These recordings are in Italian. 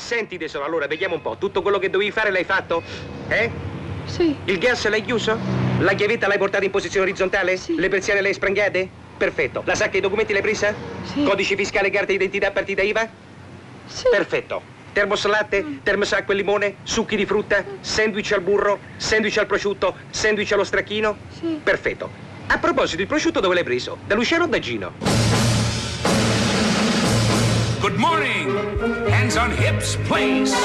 Senti tesoro, allora vediamo un po'. Tutto quello che dovevi fare l'hai fatto? Sì. Il gas l'hai chiuso? La chiavetta l'hai portata in posizione orizzontale? Sì. Le persiane le hai sprangate? Perfetto. La sacca dei documenti l'hai presa? Sì. Codice fiscale, carta d'identità, partita IVA? Sì. Perfetto. Termos latte, termos acqua e limone, succhi di frutta, sandwich al burro, sandwich al prosciutto, sandwich allo stracchino? Sì. Perfetto. A proposito, il prosciutto dove l'hai preso? Da Luciano o da Gino? Good morning. Hands on hips, please.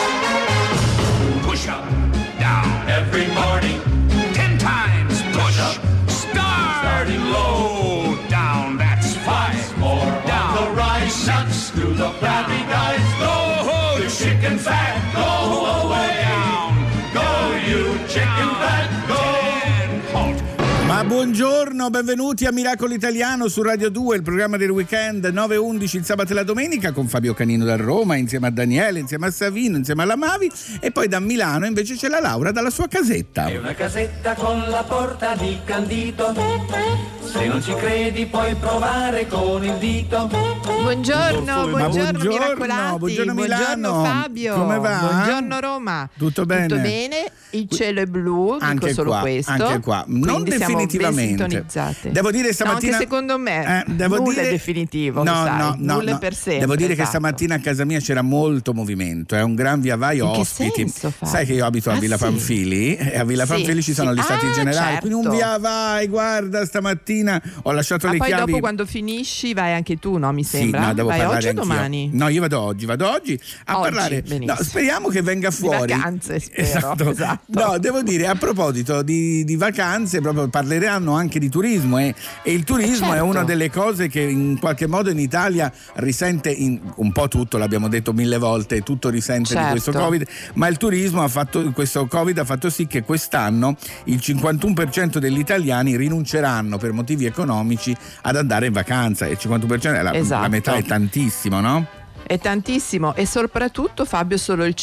Push up, down. Every morning. 10 times. Push up. Starting low. Down. That's 5. More down. On the rise. Nuts to the flabby guys. Go, the chicken fat. Go away. Down. Go, you chicken fat. Go. Halt. Ma buongiorno, benvenuti a Miracolo Italiano su Radio 2, il programma del weekend 9-11 il sabato e la domenica con Fabio Canino da Roma, insieme a Daniele, insieme a Savino, insieme alla Mavi, e poi da Milano invece c'è la Laura dalla sua casetta. È una casetta con la porta di candito, se non ci credi puoi provare con il dito. Buongiorno, buongiorno miracolati. Buongiorno Milano. Buongiorno Fabio. Come va? Buongiorno Roma. Tutto bene? Tutto bene, il cielo è blu, anche dico solo qua, questo. anche qua. Non quindi siamo ben definitivamente. sintonizzate. Devo dire stamattina. No, anche secondo me nulla è definitivo. Nulla è per sempre. Devo dire esatto. che stamattina a casa mia c'era molto movimento, è un gran via vai ospiti. Senso, sai che io abito a Villa Pamphili e a Villa Pamphili ci sono gli stati generali, certo. quindi un via vai, guarda, stamattina ho lasciato le poi chiavi. Dopo quando finisci vai anche tu, no? Mi sembra. Sì, no, devo vai parlare oggi o anch'io. domani? No, io vado oggi a parlare. Benissimo. No, speriamo che venga fuori. Di vacanze, spero. Esatto. No, devo dire, a proposito di vacanze, proprio parleranno anche di turismo e il turismo certo. è una delle cose che in qualche modo in Italia risente un po' tutto, l'abbiamo detto 1000 volte, tutto risente di questo Covid, ma il turismo questo Covid ha fatto sì che quest'anno il 51% degli italiani rinunceranno per motivi economici ad andare in vacanza, e il 51% è la metà, è tantissimo, no? È tantissimo, e soprattutto Fabio solo il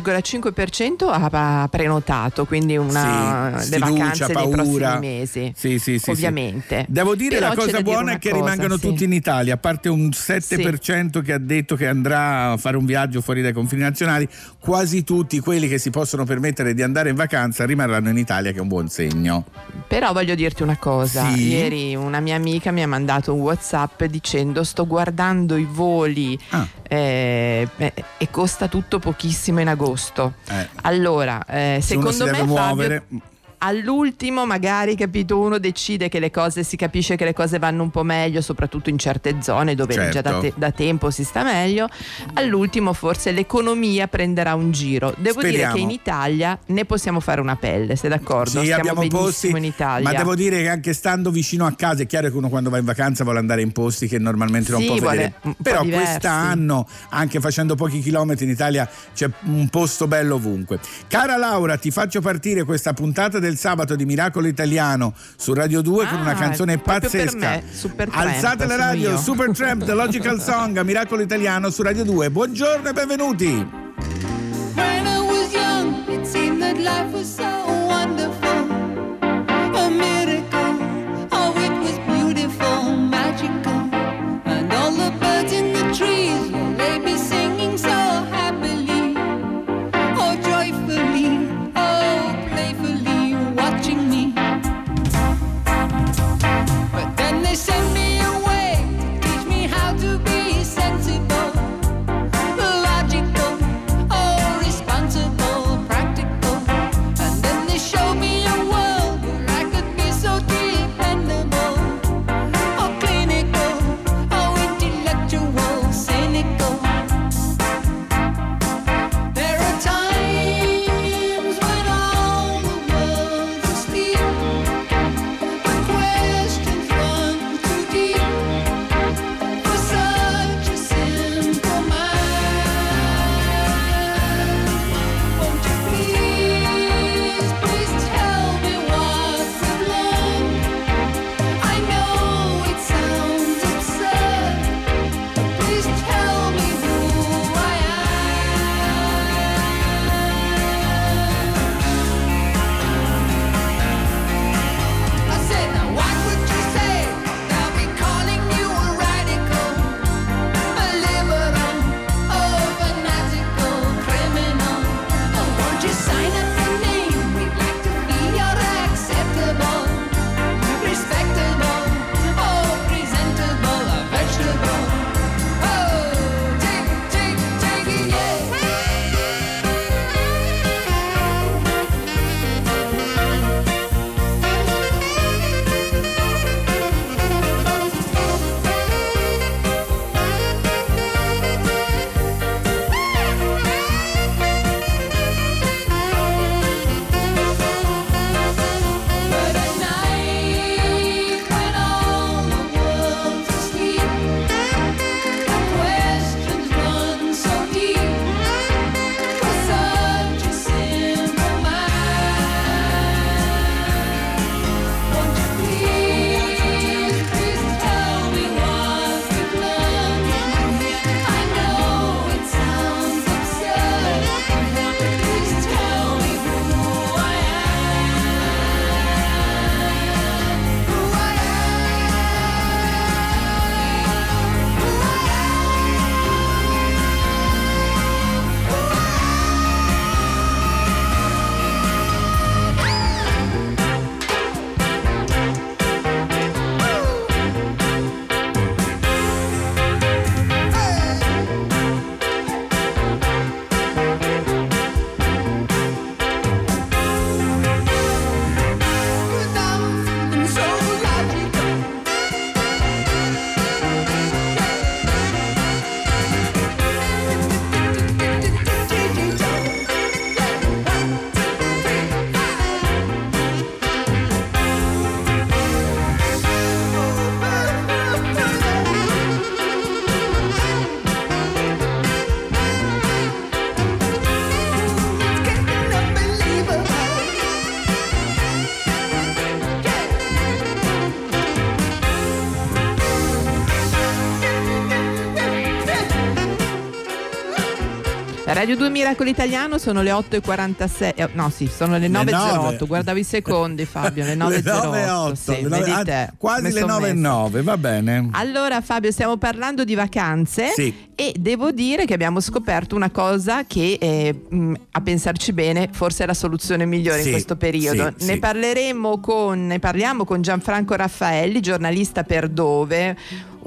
5,5% ha prenotato, quindi le vacanze paura. dei prossimi mesi. Sì, ovviamente. Sì. Devo dire, però la cosa buona è che rimangono tutti in Italia, a parte un 7% che ha detto che andrà a fare un viaggio fuori dai confini nazionali. Quasi tutti quelli che si possono permettere di andare in vacanza rimarranno in Italia, che è un buon segno. Però voglio dirti una cosa, ieri una mia amica mi ha mandato un WhatsApp dicendo: sto guardando i voli e costa tutto pochissimo in agosto. Allora, secondo me Fabio, all'ultimo magari, capito, uno decide che si capisce che le cose vanno un po' meglio, soprattutto in certe zone dove già da tempo si sta meglio. All'ultimo forse l'economia prenderà un giro. Devo dire che in Italia ne possiamo fare una pelle, sei d'accordo? Sì, stiamo abbiamo benissimo posti, in Italia. ma devo dire che anche stando vicino a casa, è chiaro che uno quando va in vacanza vuole andare in posti che normalmente non può vedere, però quest'anno, anche facendo pochi chilometri in Italia, c'è un posto bello ovunque. Cara Laura, ti faccio partire questa puntata del sabato di Miracolo Italiano su Radio 2 con una canzone pazzesca. Per me, Supertramp, alzate la radio, io. Supertramp, The Logical Song, a Miracolo Italiano su Radio 2. Buongiorno e benvenuti. When I was young, it seemed that life was so wonderful, a miracle. Oh, it was beautiful, magical, and all the birds in the trees, well, they be singing so happily, oh joyfully, oh playfully, watching me. But then they sent me away to teach me how to be sensible, logical, oh responsible, practical, and Radio 2 Miracolo Italiano, sono le 8:46. No, sì, sono le 9:08. Guardavo i secondi, Fabio, le 9:08. Sì, vedi te. Quasi le 9:09, va bene. Allora, Fabio, stiamo parlando di vacanze, sì. E devo dire che abbiamo scoperto una cosa che a pensarci bene forse è la soluzione migliore in questo periodo. Ne parliamo con Gianfranco Raffaelli, giornalista per Dove,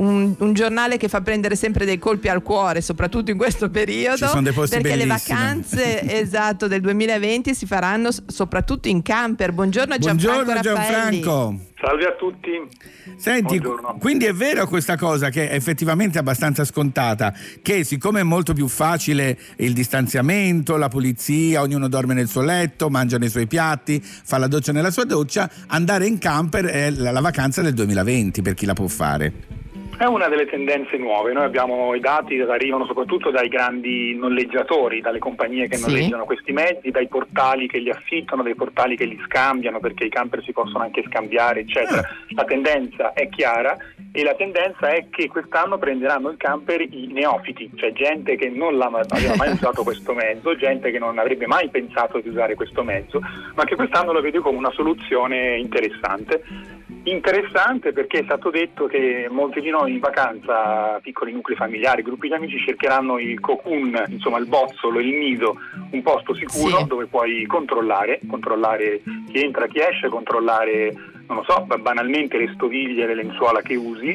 un giornale che fa prendere sempre dei colpi al cuore, soprattutto in questo periodo. Ci sono dei posti perché bellissimi. Le vacanze esatto del 2020 si faranno soprattutto in camper. Buongiorno Gianfranco Raffaelli. Salve a tutti. Senti, buongiorno. Quindi è vero questa cosa che è effettivamente abbastanza scontata, che siccome è molto più facile il distanziamento, la pulizia, ognuno dorme nel suo letto, mangia nei suoi piatti, fa la doccia nella sua doccia, andare in camper è la vacanza del 2020 per chi la può fare? È una delle tendenze nuove. Noi abbiamo i dati che arrivano soprattutto dai grandi noleggiatori, dalle compagnie che noleggiano questi mezzi, dai portali che li affittano, dai portali che li scambiano, perché i camper si possono anche scambiare, eccetera. La tendenza è chiara e la tendenza è che quest'anno prenderanno il camper i neofiti, cioè gente che non aveva mai usato questo mezzo, gente che non avrebbe mai pensato di usare questo mezzo, ma che quest'anno lo vede come una soluzione interessante perché è stato detto che molti di noi in vacanza, piccoli nuclei familiari, gruppi di amici, cercheranno il cocoon, insomma il bozzolo, il nido, un posto sicuro dove puoi controllare chi entra, chi esce, controllare, non lo so, banalmente le stoviglie, le lenzuola che usi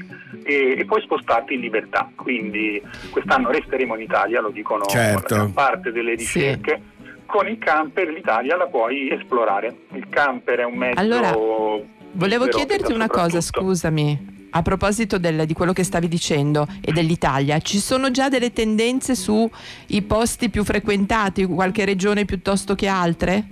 e poi spostarti in libertà. Quindi quest'anno resteremo in Italia, lo dicono la gran parte delle ricerche. Con il camper l'Italia la puoi esplorare. Il camper è un mezzo... Volevo chiederti una cosa, scusami, a proposito di quello che stavi dicendo e dell'Italia. Ci sono già delle tendenze sui posti più frequentati, qualche regione piuttosto che altre?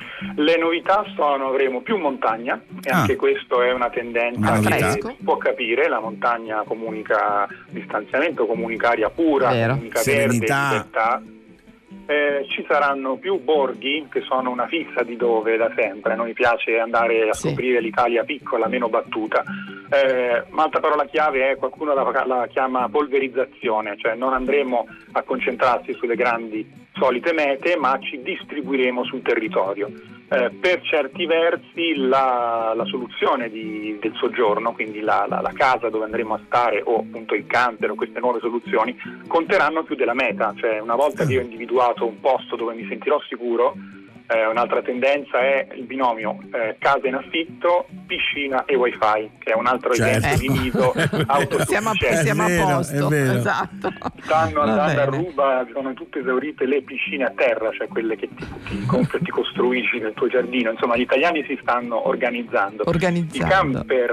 Le novità avremo più montagna e anche questo è una tendenza che si può capire. La montagna comunica distanziamento, comunica aria pura, comunica verde, libertà. Ci saranno più borghi che sono una fissa di Dove da sempre. A noi piace andare a scoprire l'Italia piccola, meno battuta. Un'altra parola chiave è, qualcuno la chiama polverizzazione, cioè non andremo a concentrarsi sulle grandi solite mete, ma ci distribuiremo sul territorio. Per certi versi la soluzione del soggiorno, quindi la casa dove andremo a stare o appunto il camper o queste nuove soluzioni, conteranno più della meta, cioè una volta che ho individuato un posto dove mi sentirò sicuro, un'altra tendenza è il binomio casa in affitto, piscina e wifi, che è un altro esempio di nido autosufficiente. Siamo a posto, esatto. Stanno andando a ruba, sono tutte esaurite le piscine a terra, cioè quelle che ti compri e ti costruisci nel tuo giardino. Insomma, gli italiani si stanno organizzando. Il camper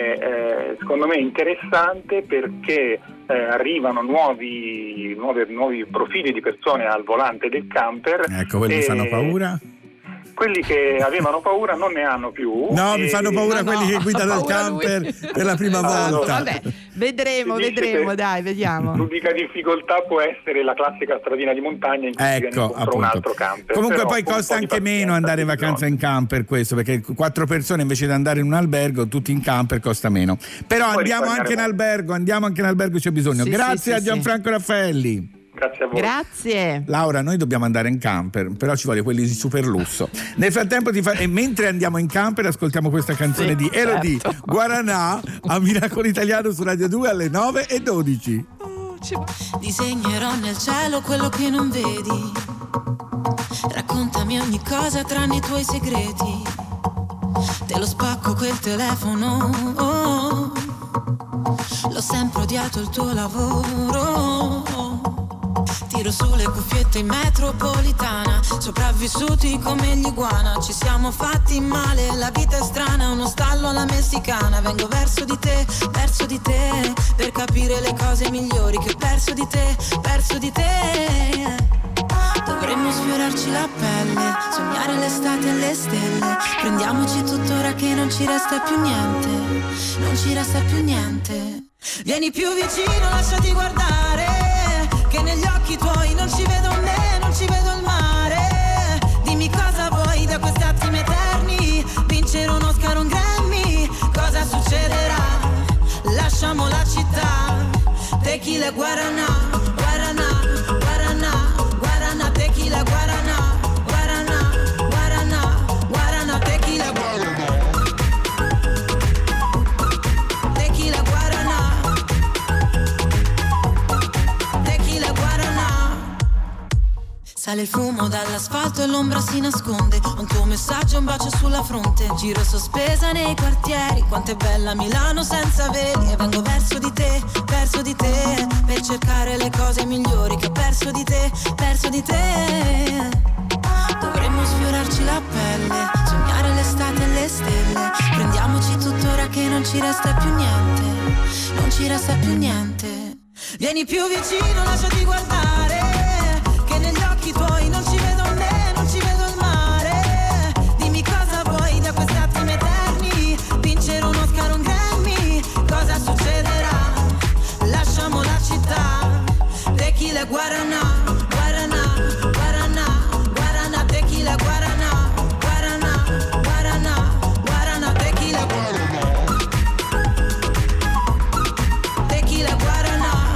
è secondo me interessante perché arrivano nuovi profili di persone al volante del camper. Ecco, quelli fanno paura. Quelli che avevano paura non ne hanno più. No, mi fanno paura quelli che guidano il camper per la prima volta. Vabbè, vedremo, dai, vediamo. L'unica difficoltà può essere la classica stradina di montagna in cui viene incontro un altro camper. Comunque poi costa anche meno andare in vacanza in camper, questo, perché 4 persone invece di andare in un albergo, tutti in camper, costa meno. Però poi andiamo anche in albergo, c'è bisogno. Grazie a Gianfranco Raffaelli. Grazie a voi. Grazie. Laura, noi dobbiamo andare in camper, però ci vogliono quelli di super lusso. Nel frattempo e mentre andiamo in camper ascoltiamo questa canzone di Elodie Guaranà a Miracolo Italiano su Radio 2 alle 9:12. Disegnerò nel cielo quello che non vedi. Raccontami ogni cosa tranne i tuoi segreti. Te lo spacco quel telefono. L'ho sempre odiato il tuo lavoro. Tiro sulle cuffiette in metropolitana, sopravvissuti come gli iguana. Ci siamo fatti male, la vita è strana, uno stallo alla messicana. Vengo verso di te, per capire le cose migliori che ho perso di te. Dovremmo sfiorarci la pelle, sognare l'estate e le stelle. Prendiamoci tuttora che non ci resta più niente. Vieni più vicino, lasciati guardare, che negli occhi tuoi non ci vedo me, non ci vedo il mare. Dimmi cosa vuoi da questi attimi eterni, vincere un Oscar, un Grammy, cosa succederà? Lasciamo la città, tequila e guaranà, guaranà, guaranà, guaranà. Sale il fumo dall'asfalto e l'ombra si nasconde. Un tuo messaggio, un bacio sulla fronte. Giro sospesa nei quartieri. Quanto è bella Milano senza veli. E vengo verso di te, per cercare le cose migliori che ho perso di te, perso di te. Dovremmo sfiorarci la pelle, sognare l'estate e le stelle. Prendiamoci tuttora che non ci resta più niente, non ci resta più niente. Vieni più vicino, lasciati guardare, che negli occhi tuoi non ci vedo me, non ci vedo il mare. Dimmi cosa vuoi da questi attimi eterni, vincere un Oscar, un Grammy. Cosa succederà? Lasciamo la città, tequila guaraná, guaraná, guaraná, guaraná, tequila guaraná, guaraná, guaraná, guaraná, tequila guaraná, tequila guaraná.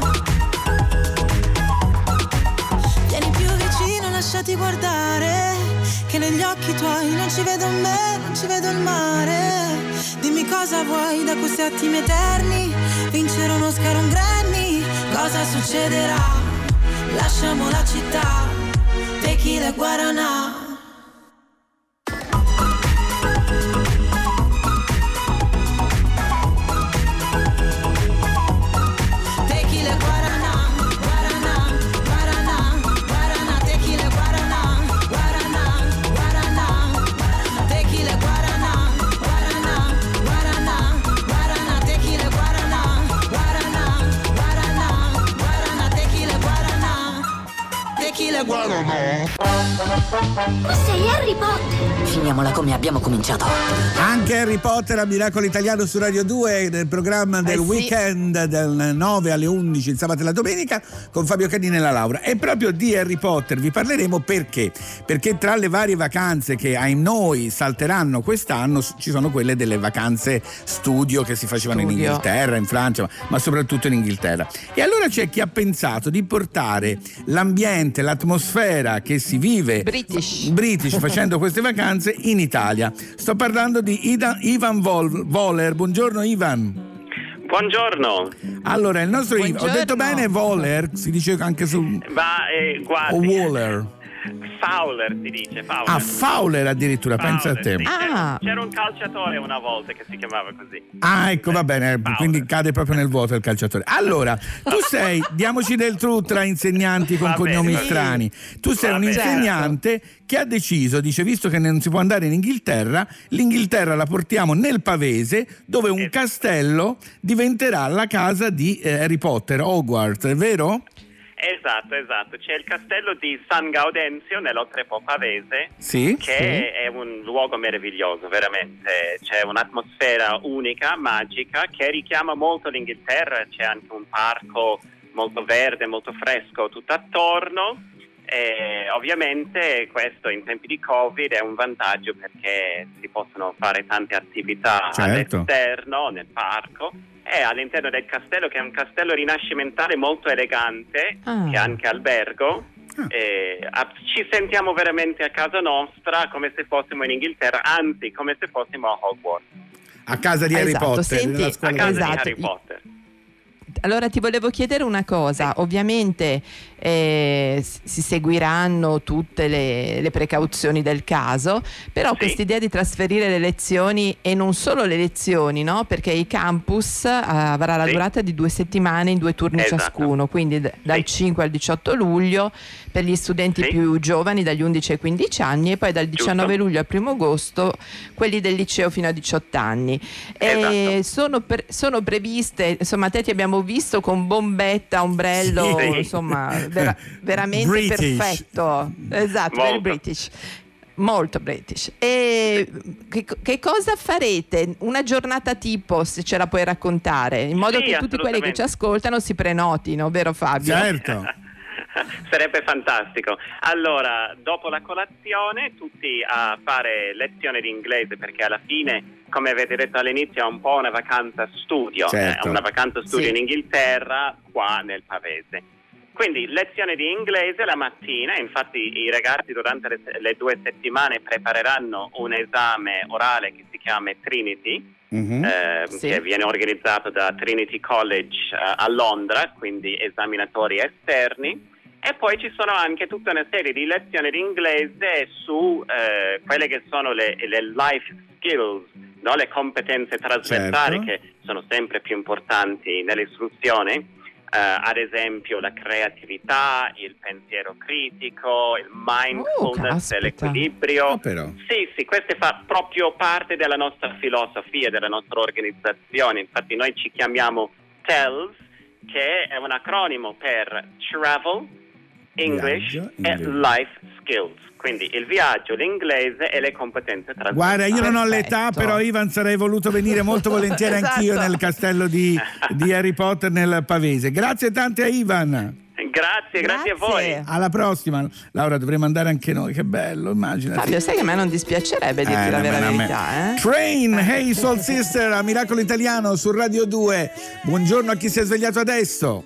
Vieni più vicino, lasciati guardare, che negli occhi tuoi non ci vedo me, non ci vedo il mare. Dimmi cosa vuoi da questi attimi eterni, vincere un Oscar, un Grammy. Cosa succederà? Lasciamo la città, tequila guaraná. Tequila guaraná, guaraná, guaraná, guaraná, tequila guaraná, guaraná, guaraná, tequila guaraná, guaraná, guaraná, guaraná, tequila guaraná, guaraná, guaraná, guaraná, tequila guaraná, tequila guaraná. Sei Harry Potter. Finiamola come abbiamo cominciato. Anche Harry Potter a Miracolo Italiano su Radio 2 nel programma del weekend del 9 alle 11 il sabato e la domenica con Fabio Canini e la Laura. E proprio di Harry Potter vi parleremo perché tra le varie vacanze che ai noi salteranno quest'anno ci sono quelle delle vacanze studio che si facevano in Inghilterra, in Francia, ma soprattutto in Inghilterra. E allora c'è chi ha pensato di portare l'ambiente, l'atmosfera che si vive British facendo queste vacanze in Italia. Sto parlando di Ivan Voller. Buongiorno Ivan. Buongiorno. Allora, il nostro Ivan, ho detto bene Voller? Si dice anche su guardi. o Waller? Fowler si dice, Fowler. Ah, Fowler addirittura, Fowler, pensa a te. Sì. C'era un calciatore una volta che si chiamava così. Ah, ecco, va bene, Fowler. Quindi cade proprio nel vuoto il calciatore. Allora, tu sei, diamoci del true tra insegnanti con cognomi strani. Tu sei un insegnante che ha deciso, dice, visto che non si può andare in Inghilterra, l'Inghilterra la portiamo nel Pavese, dove un castello diventerà la casa di Harry Potter, Hogwarts, è vero? Esatto, c'è il castello di San Gaudenzio nell'Oltrepo Pavese, che è un luogo meraviglioso, veramente. C'è un'atmosfera unica, magica, che richiama molto l'Inghilterra. C'è anche un parco molto verde, molto fresco tutto attorno. E ovviamente questo in tempi di Covid è un vantaggio perché si possono fare tante attività all'esterno, nel parco. E all'interno del castello, che è un castello rinascimentale molto elegante, che è anche albergo, ci sentiamo veramente a casa nostra, come se fossimo in Inghilterra, anzi come se fossimo a Hogwarts. A casa di Harry Potter. Senti, a casa di Harry Potter. Allora ti volevo chiedere una cosa, ovviamente si seguiranno tutte le precauzioni del caso, però quest'idea di trasferire le lezioni e non solo le lezioni, no? Perché i campus avrà la durata di 2 settimane in 2 turni ciascuno, quindi dal 5 al 18 luglio per gli studenti più giovani dagli 11 ai 15 anni e poi dal 19 luglio al 1 agosto quelli del liceo fino a 18 anni. Sono previste, insomma, te ti abbiamo visto con bombetta, ombrello, insomma veramente British. Perfetto, esatto, very British, molto British. E che cosa farete? Una giornata tipo, se ce la puoi raccontare, in modo che tutti quelli che ci ascoltano si prenotino, vero Fabio? Certo. Sarebbe fantastico. Allora, dopo la colazione tutti a fare lezione di inglese, perché alla fine, come avete detto all'inizio, è un po' una vacanza studio, una vacanza studio in Inghilterra, qua nel Pavese. Quindi lezione di inglese la mattina, infatti i ragazzi durante le 2 settimane prepareranno un esame orale che si chiama Trinity, che viene organizzato da Trinity College a Londra, quindi esaminatori esterni. E poi ci sono anche tutta una serie di lezioni di inglese su quelle che sono le life skills, no? Le competenze trasversali, certo, che sono sempre più importanti nell'istruzione. Ad esempio la creatività, il pensiero critico, il mindfulness, l'equilibrio. Sì, questo fa proprio parte della nostra filosofia, della nostra organizzazione. Infatti noi ci chiamiamo TELS, che è un acronimo per Travel, English e Life Skills. Quindi il viaggio, l'inglese e le competenze trasversali. Guarda, io non ho l'età, però Ivan sarei voluto venire molto volentieri anch'io nel castello di Harry Potter nel Pavese. Grazie tante a Ivan. Grazie a voi. Alla prossima. Laura, dovremmo andare anche noi, che bello, immagina. Fabio, sai che a me non dispiacerebbe dirti la vera verità, Train, Hey Soul Sister, a Miracolo Italiano su Radio 2. Buongiorno a chi si è svegliato adesso.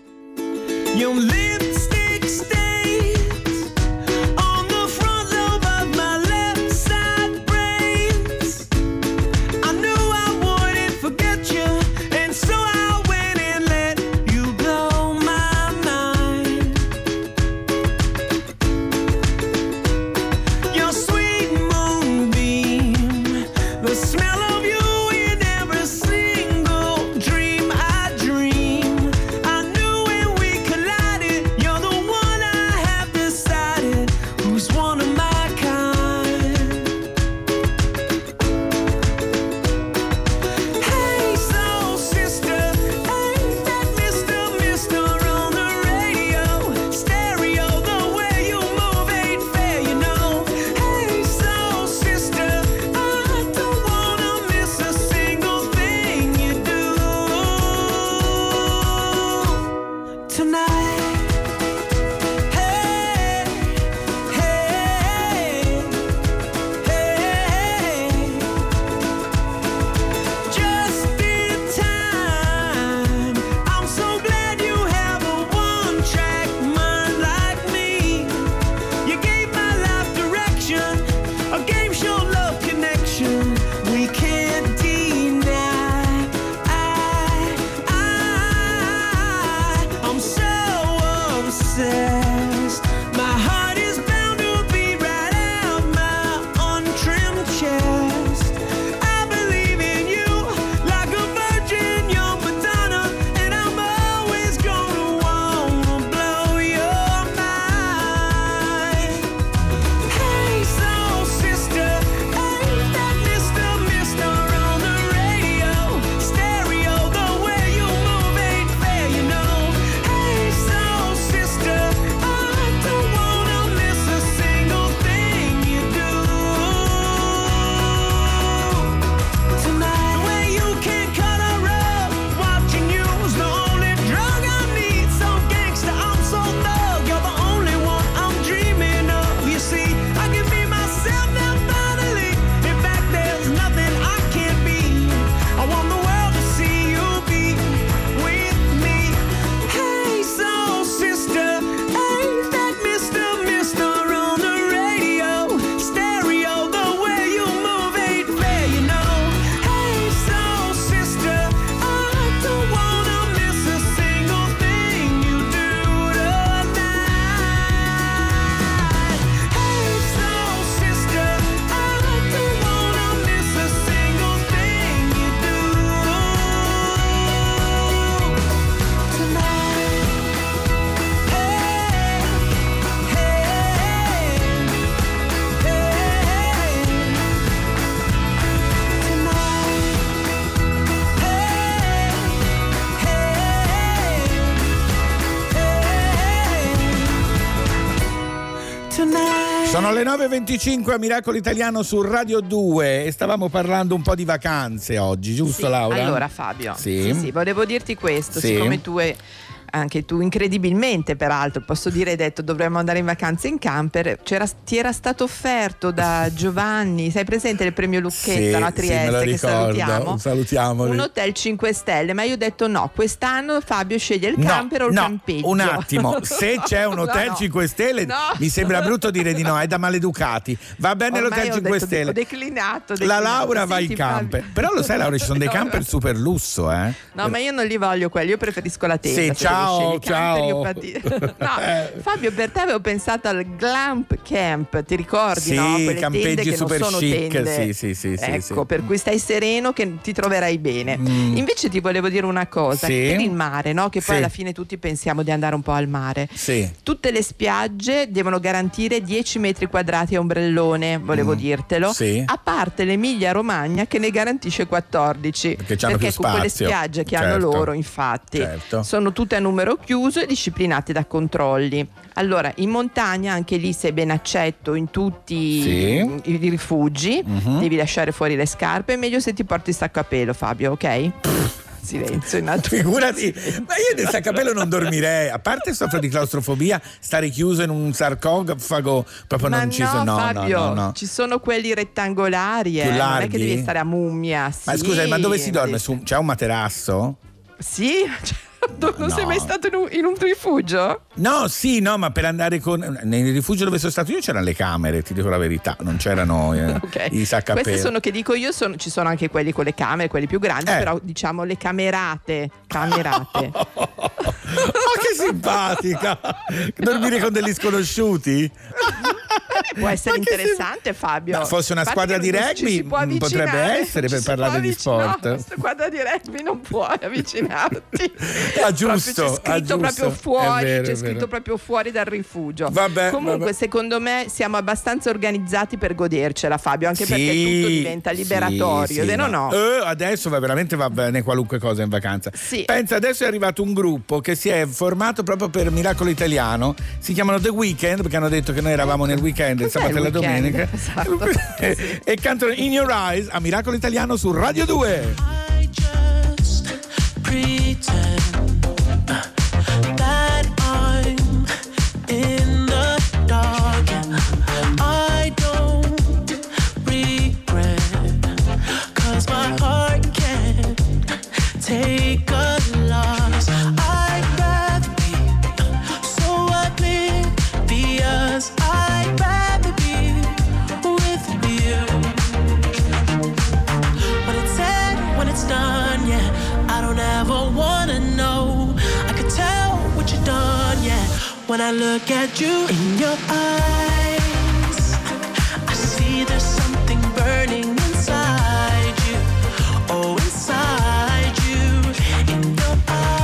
Sono le 9.25 a Miracolo Italiano su Radio 2 e stavamo parlando un po' di vacanze oggi, giusto, sì, Laura? Allora Fabio, sì, volevo dirti questo, siccome anche tu incredibilmente peraltro, posso dire, hai detto dovremmo andare in vacanze in camper, ti era stato offerto da Giovanni, sai presente il premio Lucchetta a Trieste, che salutiamo, un hotel 5 stelle, ma io ho detto no, quest'anno Fabio sceglie il camper o il campeggio. Un attimo, se c'è un hotel 5 stelle mi sembra brutto dire di no, è da maleducati. Va bene l'hotel 5 stelle. Ho declinato. La Laura va in camper. Però lo sai Laura, ci sono dei camper super lusso, No, ma io non li voglio quelli, io preferisco la tenda. Sì, ciao ciao. No, Fabio, per te avevo pensato al Glamp Camp, ti ricordi? Sì, no? Quelle campeggi tende che super non sono chic. tende. Sì. Ecco, per cui stai sereno che ti troverai bene. Invece ti volevo dire una cosa, per il mare, no? Che poi alla fine tutti pensiamo di andare un po' al mare. Sì. Tutte le spiagge devono garantire 10 metri quadrati a ombrellone, volevo dirtelo, a parte l'Emilia Romagna che ne garantisce 14. Perché con quelle spiagge che hanno loro, infatti, sono tutte a numero chiuso e disciplinate da controlli. Allora, in montagna anche lì sei ben accetto in tutti i rifugi, devi lasciare fuori le scarpe, è meglio se ti porti il sacco a pelo, Fabio, ok? Silenzio in alto. Figurati, ma io nel sacco a pelo non dormirei, a parte soffro di claustrofobia, stare chiuso in un sarcofago proprio ma non ci sono. Fabio, no. Ci sono quelli rettangolari, più larghi? Non è che devi stare a mummia. Ma scusa, ma dove si dorme? C'è un materasso? Sì, non sei mai stato in un rifugio? No, ma per andare nel rifugio dove sono stato io c'erano le camere, ti dico la verità, non c'erano i sacchi a pelo. Queste sono, che dico io, ci sono anche quelli con le camere, quelli più grandi, però diciamo le camerate. Ma che simpatica! Dormire con degli sconosciuti? Può essere interessante, Fabio. Ma fosse una squadra di rugby potrebbe essere per parlare di sport. No, squadra di rugby non puoi avvicinarti. Giusto. C'è scritto proprio fuori, scritto proprio fuori dal rifugio. Comunque, secondo me siamo abbastanza organizzati per godercela, Fabio, anche perché tutto diventa liberatorio, vero no? Adesso veramente va bene qualunque cosa in vacanza. Pensa, adesso è arrivato un gruppo che si è formato proprio per Miracolo Italiano, si chiamano The Weeknd, perché hanno detto che noi eravamo nel weekend, il sabato e la domenica, e cantano In Your Eyes a Miracolo Italiano su Radio 2. I just pretend that I'm in the dark. I don't regret, 'cause my heart can't take a loss. I'd rather be so oblivious. I'd rather be with you. When it's said, when it's done, yeah, I don't ever wanna know. I could tell what you've done, yeah. When I look at you in your eyes, I see there's something burning inside you. Oh, inside you, in your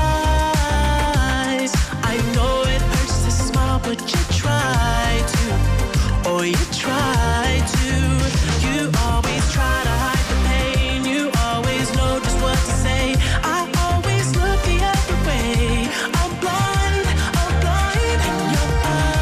eyes. I know it hurts to smile, but you try to. Oh, you try to. You always try to hide the pain. You always know just what to say. I always look the other way. I'm blind in your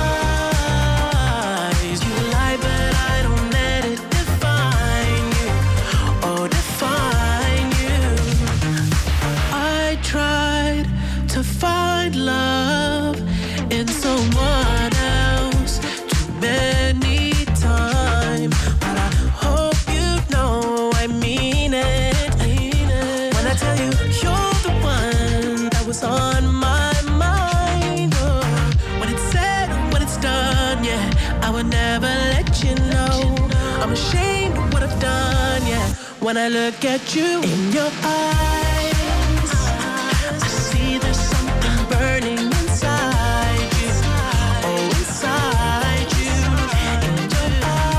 eyes. You lie, but I don't let it define you. Oh, define you. I tried to find love in someone else too many times, but I hope you know I mean it. When I tell you you're the one that was on my mind. Oh, when it's said, when it's done, yeah, I would never let you know. I'm ashamed of what I've done, yeah. When I look at you in your eyes, I see there's something burning inside you. Oh, inside you, in your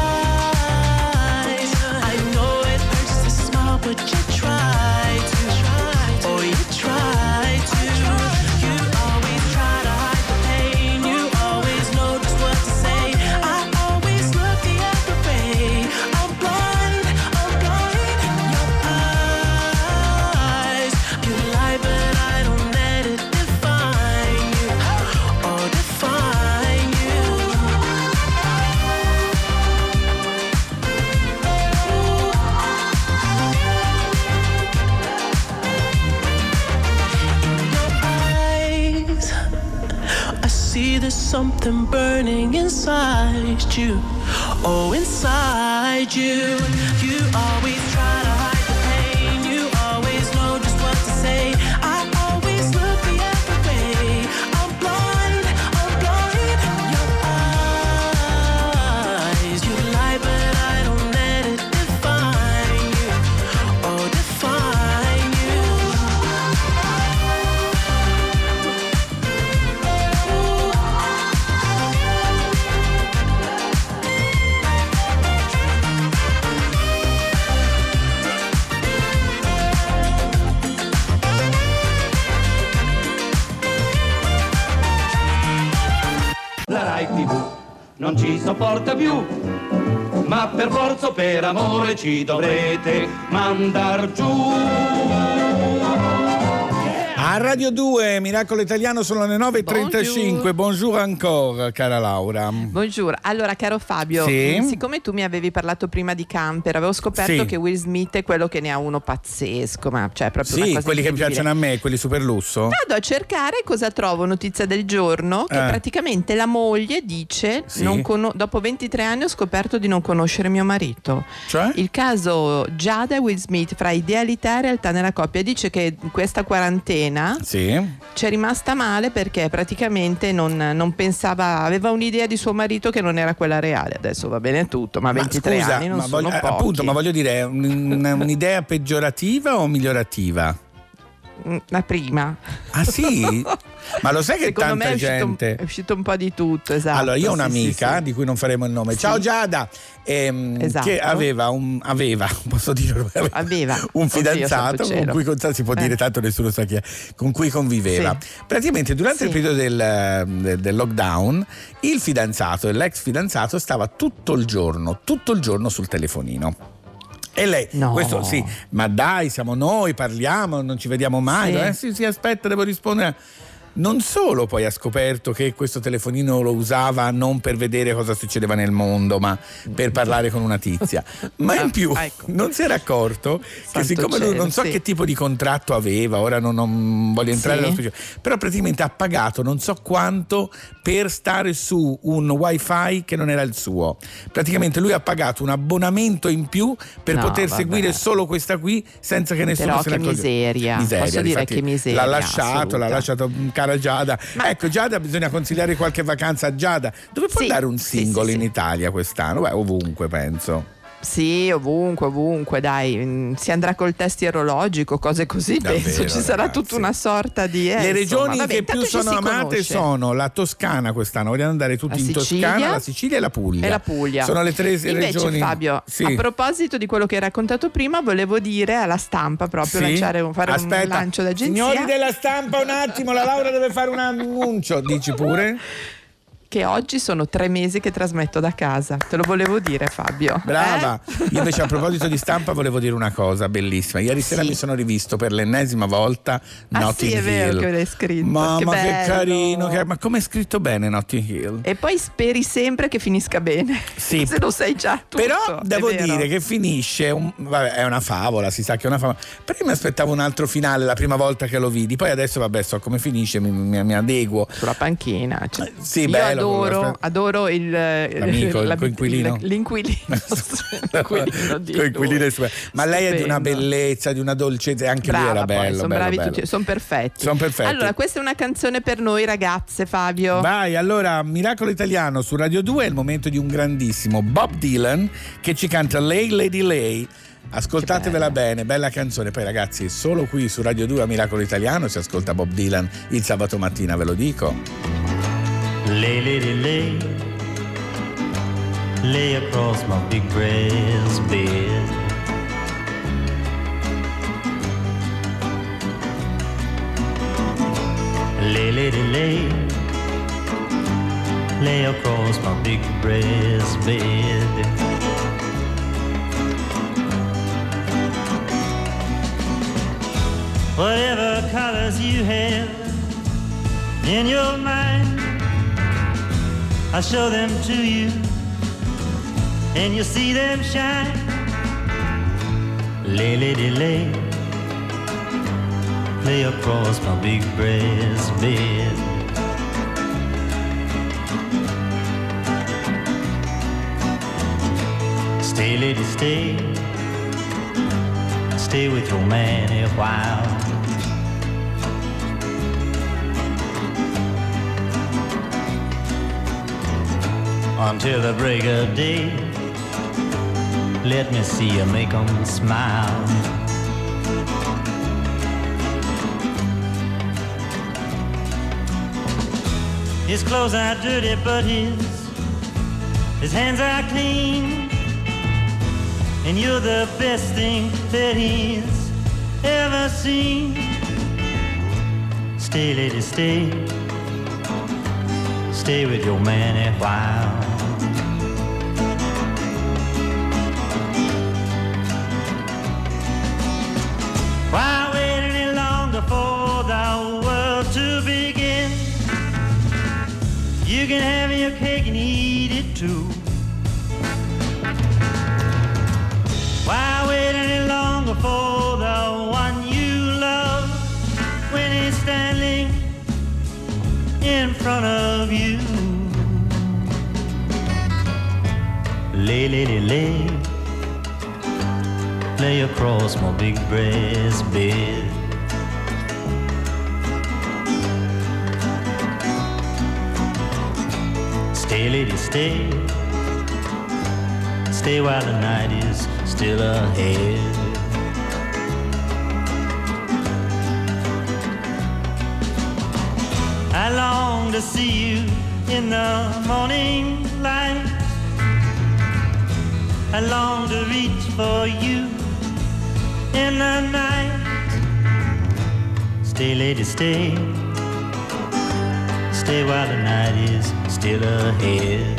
eyes. I know it hurts to smile, but you try to. Oh, you try to. You always try to hide the pain. You always know just what to say. I always look the other way. I'm blind in your eyes. You lie, but I don't let it define you. Oh, define you. In your eyes, I see there's something burning inside you. Oh, inside you. You always try to hide the pain. You always know just what to say. I always look the other way. I'm blind in your eyes. You lie, but I don't let it define you. Oh, define you. sopporta più, ma per forza o per amore ci dovrete mandar giù. A Radio 2, Miracolo Italiano, sono le 9.35. Bonjour encore, cara Laura. Bonjour. Allora, caro Fabio, siccome tu mi avevi parlato prima di camper, avevo scoperto che Will Smith è quello che ne ha uno pazzesco, ma cioè proprio una cosa quelli che piacciono a me, quelli super lusso. Vado a cercare cosa trovo, notizia del giorno, che praticamente la moglie dice dopo 23 anni ho scoperto di non conoscere mio marito. Cioè? Il caso Jada e Will Smith, fra idealità e realtà nella coppia. Dice che in questa quarantena c'è rimasta male perché praticamente non pensava, aveva un'idea di suo marito che non era quella reale. Adesso va bene tutto, ma 23 anni non sono pochi. Appunto, ma voglio dire, un'idea peggiorativa o migliorativa? La prima. Ah sì? Ma lo sai che secondo tanta me gente è uscito un po' di tutto, esatto. Allora io ho un'amica di cui non faremo il nome. Ciao Giada, che aveva un fidanzato con cui si può dire, tanto nessuno sa chi è, con cui conviveva. Praticamente durante il periodo del lockdown il fidanzato, l'ex fidanzato, stava tutto il giorno sul telefonino. E lei, questo sì, ma dai, siamo noi, parliamo, non ci vediamo mai. Sì, aspetta, devo rispondere. Non solo poi ha scoperto che questo telefonino lo usava non per vedere cosa succedeva nel mondo, ma per parlare con una tizia. Ma in più non si era accorto che siccome lui non so che tipo di contratto aveva, ora non voglio entrare nello specifico, però praticamente ha pagato non so quanto per stare su un wifi che non era il suo. Praticamente lui ha pagato un abbonamento in più per poter seguire solo questa qui senza che nessuno se ne accorgesse. Miseria. Posso dire che miseria. L'ha lasciato cara Giada. Ecco, Giada, bisogna consigliare qualche vacanza a Giada. Dove può andare un singolo in Italia quest'anno? Beh, ovunque, penso. Sì, ovunque, dai, si andrà col test ierologico, cose così, davvero, penso ci sarà tutta una sorta di le regioni che più sono amate sono la Toscana quest'anno, vogliamo andare tutti in Toscana, la Sicilia e la Puglia. Sono le tre regioni. Invece Fabio, a proposito di quello che hai raccontato prima, volevo dire alla stampa proprio fare un lancio d'agenzia. Signori della stampa, un attimo, la Laura deve fare un annuncio, dici pure? Che oggi sono 3 mesi che trasmetto da casa. Te lo volevo dire, Fabio. Brava. Io invece a proposito di stampa volevo dire una cosa bellissima. Ieri sera mi sono rivisto per l'ennesima volta Notting Hill. È vero che l'hai scritto. Mamma che carino, ma come è scritto bene Notting Hill. E poi speri sempre che finisca bene. Sì. Se lo sai già tutto. Però devo dire che finisce è una favola, si sa che è una favola. Però io mi aspettavo un altro finale la prima volta che lo vidi. Poi adesso so come finisce, mi adeguo. Sulla panchina. Sì, bello. Adoro l'amico, l'inquilino. Ma lei è di una bellezza, di una dolcezza, e anche lui era bello. Sono bravi tutti, sono perfetti. Allora, questa è una canzone per noi ragazze, Fabio. Vai, allora, Miracolo Italiano su Radio 2 è il momento di un grandissimo Bob Dylan che ci canta Lay Lady Lay. Ascoltatevela bene, bella canzone. Poi ragazzi, solo qui su Radio 2 a Miracolo Italiano si ascolta Bob Dylan il sabato mattina, ve lo dico. Lay, lady, lay, lay across my big brass bed. Lay, lady, lay across my big brass bed. Whatever colors you have in your mind, I'll show them to you, and you'll see them shine. Lay, lady, lay, lay across my big brass bed. Stay, lady, stay with your man a while. Until the break of day, let me see you make 'em smile. His clothes are dirty, but his hands are clean, and you're the best thing that he's ever seen. Stay, lady, stay with your man a while. You can have your cake and eat it too. Why wait any longer for the one you love when he's standing in front of you? Lay, lady, lay across my big breast bed. Stay, lady, stay while the night is still ahead. I long to see you in the morning light. I long to reach for you in the night. Stay, lady, stay while the night is still ahead.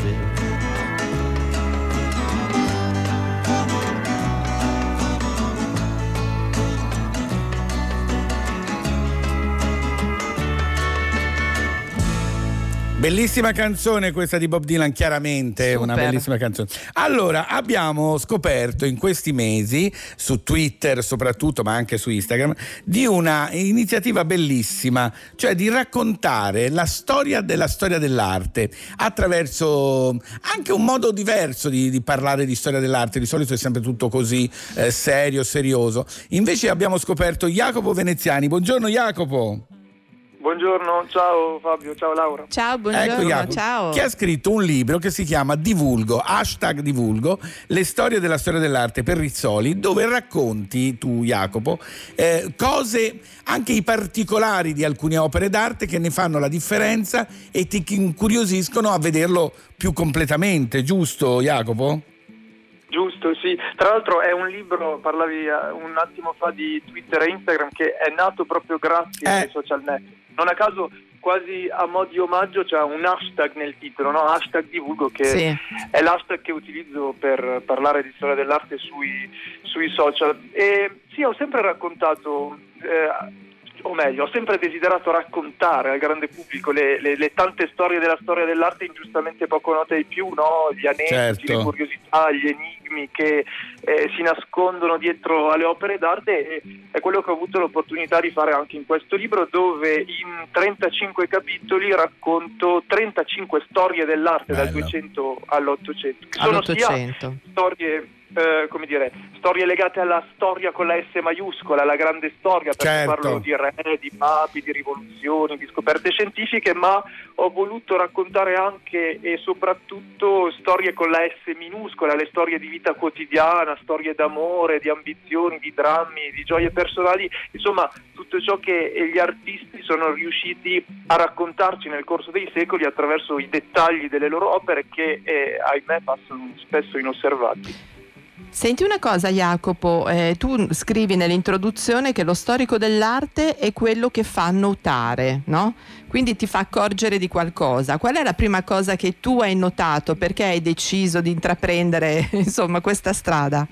Bellissima canzone questa di Bob Dylan, chiaramente. Super. Una bellissima canzone. Allora, abbiamo scoperto in questi mesi, su Twitter soprattutto, ma anche su Instagram, di una iniziativa bellissima, cioè di raccontare la storia dell'arte attraverso anche un modo diverso di parlare di storia dell'arte. Di solito è sempre tutto così serio, serioso. Invece abbiamo scoperto Jacopo Veneziani. Buongiorno Jacopo. Buongiorno, ciao Fabio, ciao Laura. Ciao, buongiorno, ecco, ciao. Che ha scritto un libro che si chiama Divulgo, #Divulgo, le storie della storia dell'arte per Rizzoli, dove racconti tu, Jacopo, cose, anche i particolari di alcune opere d'arte che ne fanno la differenza e ti incuriosiscono a vederlo più completamente, giusto Jacopo? Giusto, sì. Tra l'altro è un libro, parlavi un attimo fa di Twitter e Instagram, che è nato proprio grazie ai social network. Non a caso, quasi a mo' di omaggio, c'è un hashtag nel titolo, no? #Divulgo, che sì, è l'hashtag che utilizzo per parlare di storia dell'arte sui social. E sì, ho sempre raccontato, o meglio, ho sempre desiderato raccontare al grande pubblico le tante storie della storia dell'arte ingiustamente poco note ai più, no? Gli aneddoti, certo, le curiosità, gli enigmi che si nascondono dietro alle opere d'arte, e è quello che ho avuto l'opportunità di fare anche in questo libro, dove in 35 capitoli racconto 35 storie dell'arte. Bello. Dal 200 all'800. Sono sia storie, come dire, storie legate alla storia con la S maiuscola, la grande storia, perché certo, parlo di re, di papi, di rivoluzioni, di scoperte scientifiche, ma ho voluto raccontare anche e soprattutto storie con la S minuscola, le storie di vita quotidiana, storie d'amore, di ambizioni, di drammi, di gioie personali, insomma tutto ciò che gli artisti sono riusciti a raccontarci nel corso dei secoli attraverso i dettagli delle loro opere, che ahimè passano spesso inosservati. Senti una cosa Jacopo, tu scrivi nell'introduzione che lo storico dell'arte è quello che fa notare, no? Quindi ti fa accorgere di qualcosa. Qual è la prima cosa che tu hai notato? Perché hai deciso di intraprendere, insomma, questa strada?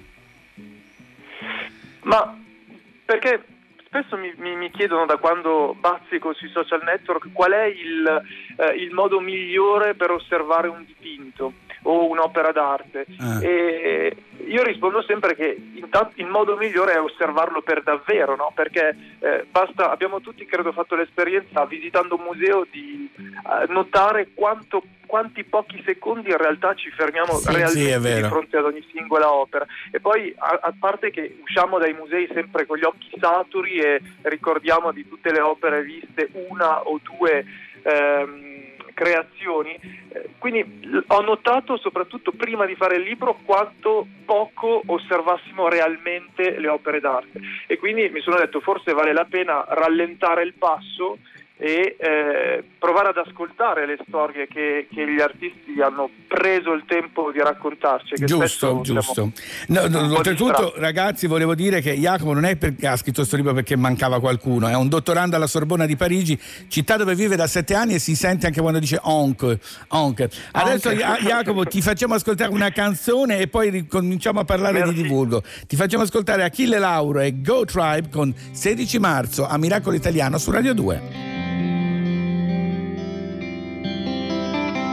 Ma perché spesso mi chiedono, da quando bazzico sui social network, qual è il modo migliore per osservare un dipinto o un'opera d'arte. E io rispondo sempre che intanto il modo migliore è osservarlo per davvero, no? Perché basta, abbiamo tutti credo fatto l'esperienza visitando un museo di notare quanti pochi secondi in realtà ci fermiamo realmente di fronte ad ogni singola opera. E poi a parte che usciamo dai musei sempre con gli occhi saturi e ricordiamo di tutte le opere viste una o due creazioni, quindi ho notato soprattutto prima di fare il libro quanto poco osservassimo realmente le opere d'arte, e quindi mi sono detto forse vale la pena rallentare il passo e provare ad ascoltare le storie che gli artisti hanno preso il tempo di raccontarci. Che giusto. Oltretutto, ragazzi, volevo dire che Jacopo non è perché ha scritto questo libro perché mancava qualcuno, è un dottorando alla Sorbona di Parigi, città dove vive da 7 anni, e si sente anche quando dice oncle. Adesso Jacopo ti facciamo ascoltare una canzone e poi ricominciamo a parlare di Divulgo. Ti facciamo ascoltare Achille Lauro e Go Tribe con 16 marzo a Miracolo Italiano su Radio 2.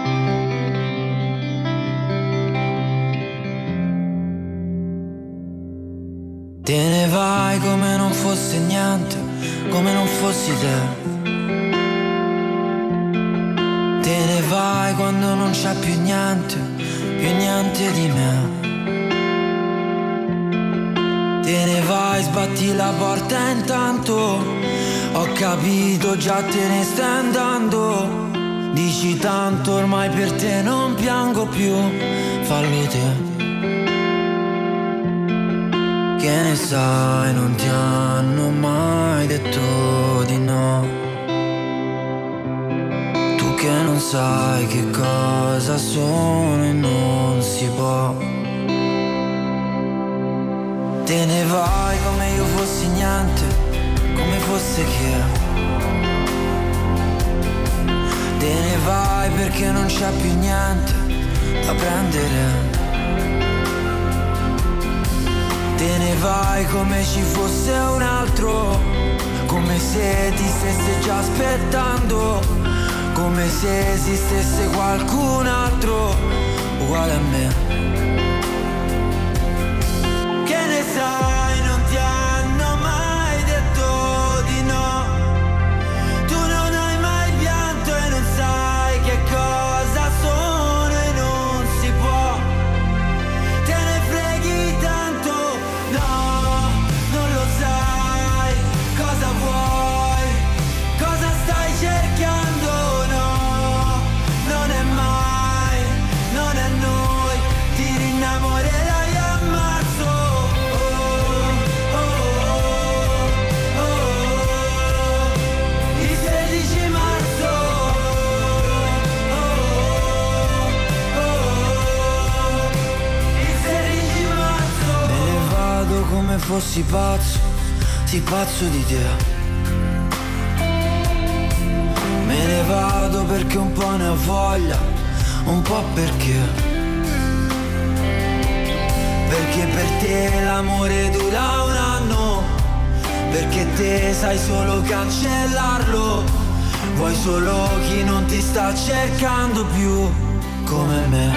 Te ne vai come non fosse niente, come non fossi te. Te ne vai quando non c'è più niente di me. Te ne vai, sbatti la porta intanto. Ho capito, già te ne stai andando. Dici tanto, ormai per te non piango più. Fallo te. Che ne sai, non ti hanno mai detto di no. Tu che non sai che cosa sono e non si può. Te ne vai come io fossi niente, come fosse che. Te ne vai perché non c'è più niente da prendere. Te ne vai come ci fosse un altro, come se ti stesse già aspettando, come se esistesse qualcun altro uguale a me. Che ne sai, non ti hanno mai detto di no. Tu non hai mai pianto e non sai che cosa sono e non si può. Te ne freghi tanto, no, non lo sai cosa vuoi, cosa stai cercando, no, non è mai, non è noi, ti rinnamorerai a marzo, il 16 marzo, il 16 marzo. Me ne vado come fossi pazzo, sì pazzo di te. Me ne vado perché un po' ne ho voglia, un po' perché. Perché per te l'amore dura un anno, perché te sai solo cancellarlo. Vuoi solo chi non ti sta cercando più come me.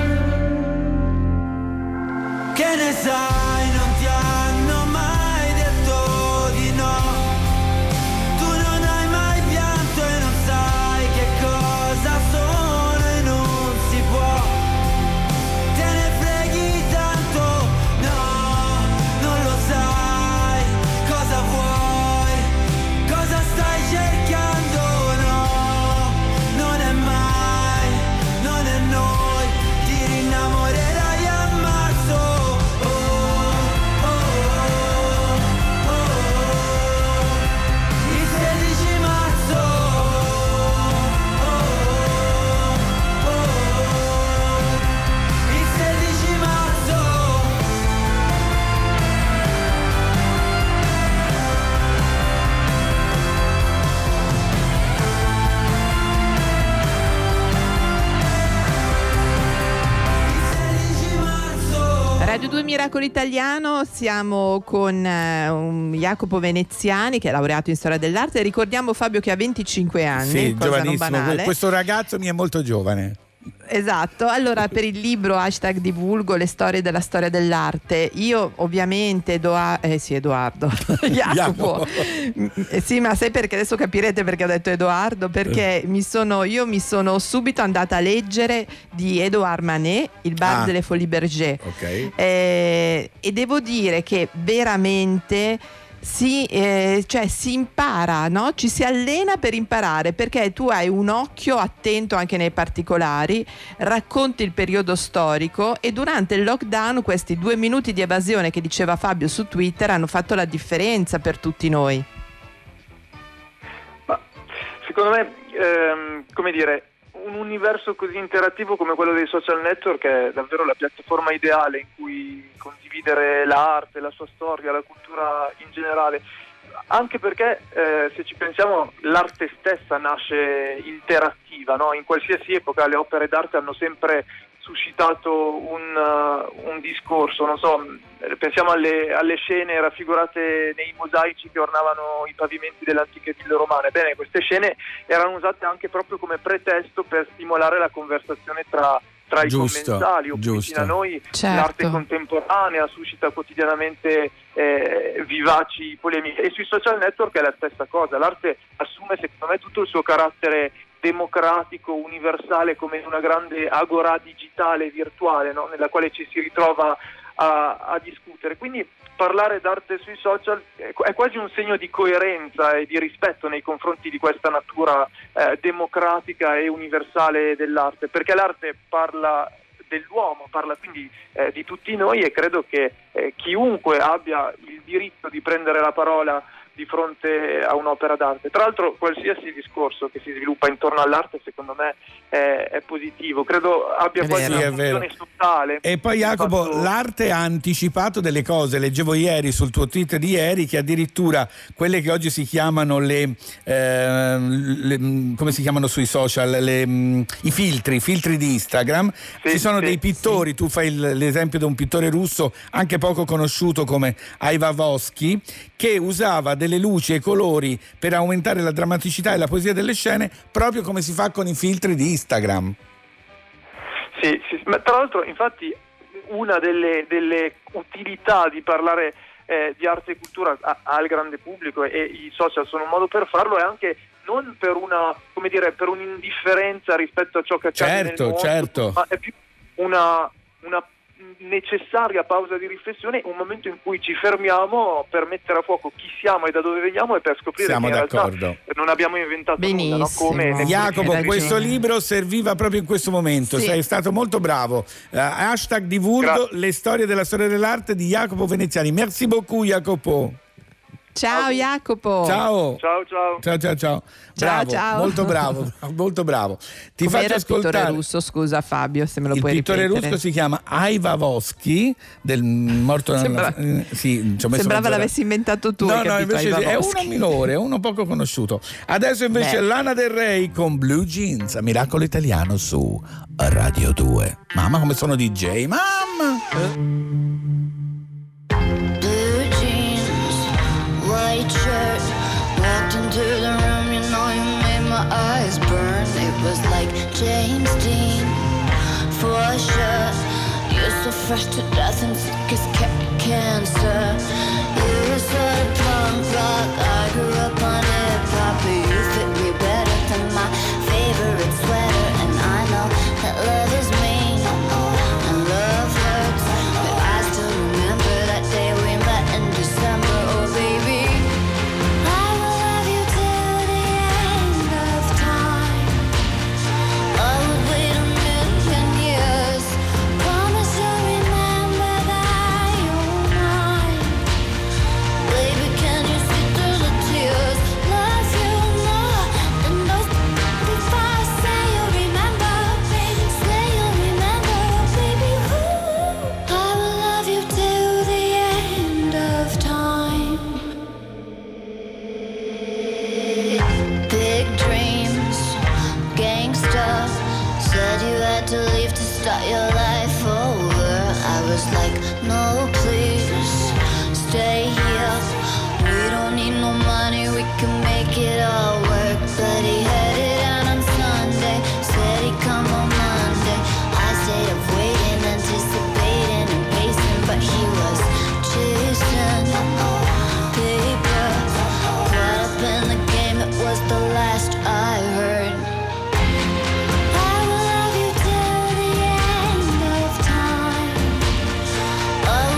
Che ne sai, non ti hanno mai detto di no. Tu non hai mai pianto e non sai che cosa sono e non si può. Te ne freghi tanto, no, non lo sai cosa vuoi, cosa stai cercando, no, non è mai, non è noi, ti rinnamorerai a marzo, il 16 marzo, il 16 marzo. Radio 2 Miracolo Italiano, siamo con Jacopo Veneziani che è laureato in storia dell'arte. Ricordiamo Fabio che ha 25 anni, Sì, cosa non giovanissimo. banale. Questo ragazzo mi è molto giovane. Esatto, allora per il libro #divulgo le storie della storia dell'arte, io ovviamente Edoardo Jacopo. Sì, ma sai perché? Adesso capirete perché ho detto Edoardo, perché io mi sono subito andata a leggere di Edouard Manet, il bar delle Folies Bergère, e devo dire che veramente si impara, no? Ci si allena per imparare, perché tu hai un occhio attento anche nei particolari, racconti il periodo storico, e durante il lockdown questi 2 minuti di evasione che diceva Fabio su Twitter hanno fatto la differenza per tutti noi. Ma secondo me, come dire, un universo così interattivo come quello dei social network è davvero la piattaforma ideale in cui condividere l'arte, la sua storia, la cultura in generale, anche perché se ci pensiamo l'arte stessa nasce interattiva, no? In qualsiasi epoca le opere d'arte hanno sempre suscitato un discorso, non so, pensiamo alle scene raffigurate nei mosaici che ornavano i pavimenti delle antiche ville romane. Bene, queste scene erano usate anche proprio come pretesto per stimolare la conversazione tra tra i commensali o vicino a noi, l'arte contemporanea suscita quotidianamente vivaci polemiche, e sui social network è la stessa cosa. L'arte assume secondo me tutto il suo carattere democratico, universale, come una grande agorà digitale virtuale, no? Nella quale ci si ritrova a discutere. Quindi parlare d'arte sui social è quasi un segno di coerenza e di rispetto nei confronti di questa natura democratica e universale dell'arte, perché l'arte parla dell'uomo, parla quindi di tutti noi, e credo che chiunque abbia il diritto di prendere la parola di fronte a un'opera d'arte. Tra l'altro qualsiasi discorso che si sviluppa intorno all'arte secondo me è positivo, credo abbia quasi una funzione sociale. E poi Jacopo, l'arte ha anticipato delle cose, leggevo ieri sul tuo tweet di ieri che addirittura quelle che oggi si chiamano le come si chiamano sui social, i filtri di Instagram, ci sono dei pittori, tu fai l'esempio di un pittore russo anche poco conosciuto come Aivavosky, che usava delle luci e colori per aumentare la drammaticità e la poesia delle scene, proprio come si fa con i filtri di Instagram. Sì, ma tra l'altro infatti una delle utilità di parlare di arte e cultura al grande pubblico, e i social sono un modo per farlo, è anche non per una, come dire, per un'indifferenza rispetto a ciò che accade nel mondo, ma è più una necessaria pausa di riflessione, un momento in cui ci fermiamo per mettere a fuoco chi siamo e da dove veniamo, e per scoprire che in realtà non abbiamo inventato nulla, no? Come Jacopo, questo libro serviva proprio in questo momento, sei stato molto bravo. Hashtag divulgo le storie della storia dell'arte di Jacopo Veneziani. Merci beaucoup Jacopo. Ciao Jacopo. Ciao. Bravo, ciao. Molto bravo. Ti Com'era faccio ascoltare il pittore russo, scusa Fabio, se me lo puoi ripetere. Il pittore russo si chiama Aivavosky, del morto sembrava l'avessi inventato tu. No, invece è uno minore, uno poco conosciuto. Adesso invece Lana Del Rey con Blue Jeans, a Miracolo Italiano su Radio 2. Mamma come sono DJ, mamma. White shirt, walked into the room, you know you made my eyes burn. It was like James Dean, for sure. You're so fresh to death and sick as cancer. You were sort of punk rock, I grew up on hip-hop, but you fit me better than my favorite sweater. And I know that love is mean, and love hurts, but I still remember that day we met in December. Oh baby, to leave to start your life over. I was like, no please, stay here. We don't need no money, we can make it all work. But he headed out on Sunday, said he'd come on Monday. I stayed up waiting, anticipating and pacing, but he was chasing paper. Caught up in the game, it was the last I heard. I will love you till the end of time.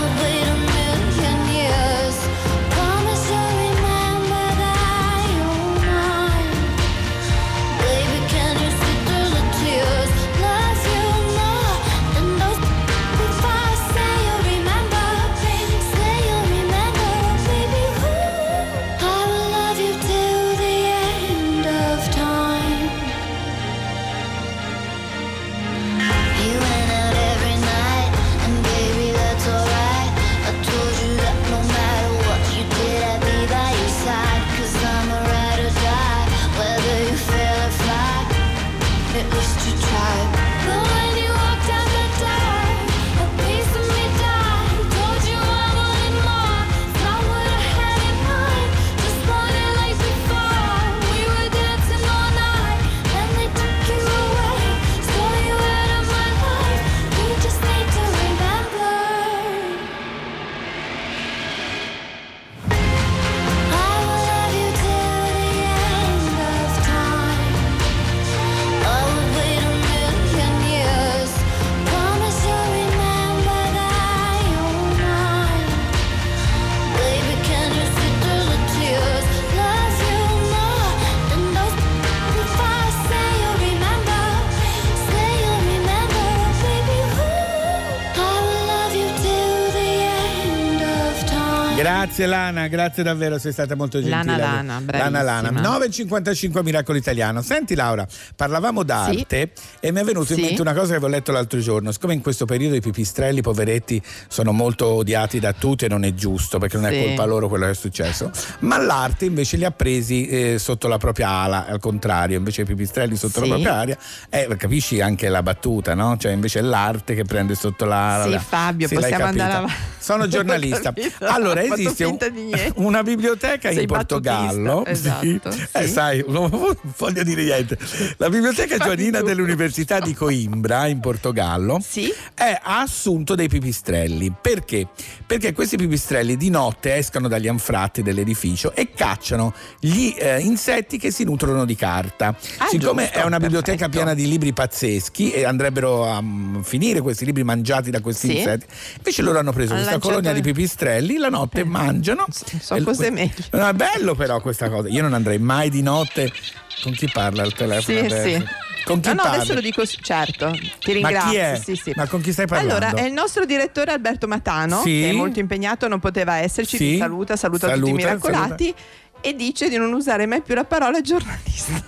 Grazie Lana, grazie davvero, sei stata molto gentile. Lana, bravissima. Lana. 9.55 Miracolo Italiano. Senti Laura, parlavamo d'arte e mi è venuto in mente una cosa che avevo letto l'altro giorno. Siccome in questo periodo i pipistrelli, poveretti, sono molto odiati da tutti e non è giusto, perché non è colpa loro quello che è successo, ma l'arte invece li ha presi sotto la propria ala, al contrario, invece i pipistrelli sotto la propria aria, capisci anche la battuta, no? Cioè invece è l'arte che prende sotto l'ala. Sì, Fabio, possiamo andare avanti. Sono giornalista. Allora esiste una biblioteca in Portogallo. Esatto. Sai, non voglio dire niente. La biblioteca giovanile dell'Università di Coimbra in Portogallo ha assunto dei pipistrelli. Perché? Perché questi pipistrelli di notte escono dagli anfratti dell'edificio e cacciano gli insetti che si nutrono di carta. Siccome è una biblioteca piena di libri pazzeschi e andrebbero a finire questi libri mangiati da questi insetti, invece loro hanno preso questa colonia di pipistrelli, la notte mangiano. So cos'è meglio. No, è bello però questa cosa. Io non andrei mai di notte. Con chi parla al telefono adesso? Con chi parla? Adesso lo dico, certo, ti ringrazio. Ma chi è? Sì. Ma con chi stai parlando? Allora, è il nostro direttore Alberto Matano, che è molto impegnato, non poteva esserci, ti saluta tutti i miracolati e dice di non usare mai più la parola giornalista.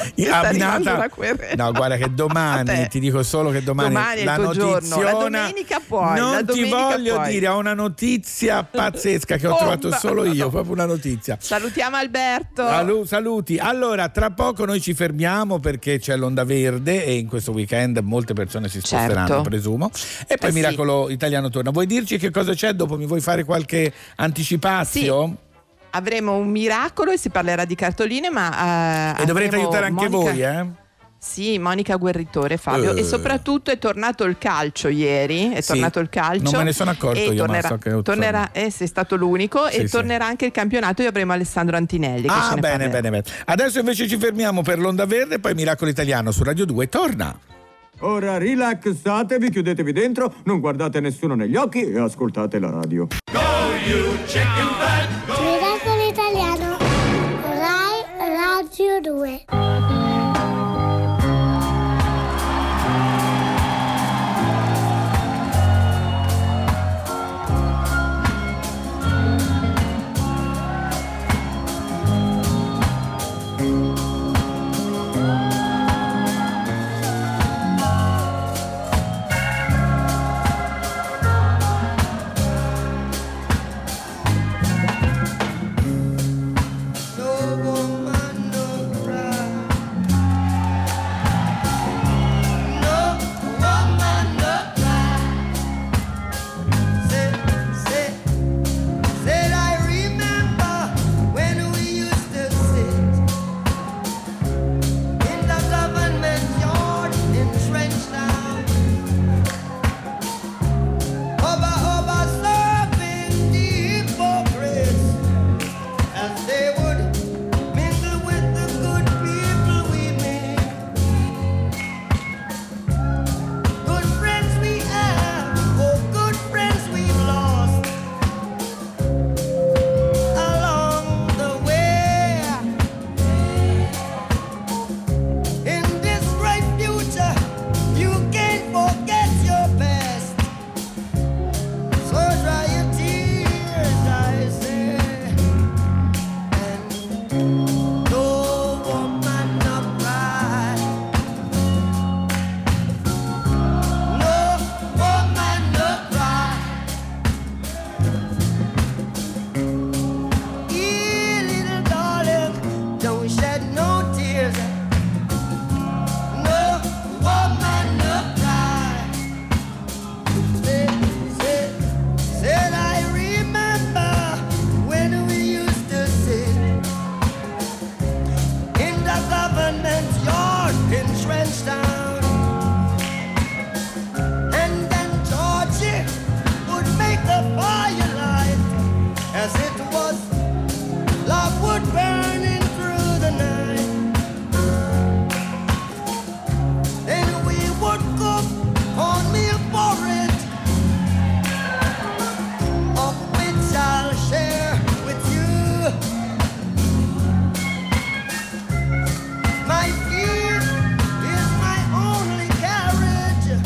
No, guarda che domani ti dico solo che domani è la il tuo notiziona, giorno. La domenica puoi. Non ti voglio dire, ho una notizia pazzesca che ho trovato solo io, proprio una notizia. Salutiamo Alberto. Saluti. Allora, tra poco noi ci fermiamo perché c'è l'onda verde e in questo weekend molte persone si sposteranno, presumo. E poi Miracolo Italiano torna. Vuoi dirci che cosa c'è dopo? Mi vuoi fare qualche anticipazio? Sì. Avremo un miracolo e si parlerà di cartoline, ma e dovrete aiutare anche voi, Sì, Monica Guerritore, Fabio, e soprattutto è tornato il calcio ieri, tornato il calcio. Non me ne sono accorto io, ma so che tornerà, sei stato l'unico, e tornerà anche il campionato e avremo Alessandro Antinelli che ce ne bene. Adesso invece ci fermiamo per l'onda verde, poi Miracolo Italiano su Radio 2 torna. Ora rilassatevi, chiudetevi dentro, non guardate nessuno negli occhi e ascoltate la radio. Go you chicken fat! Miracolo Italiano, Rai Radio 2.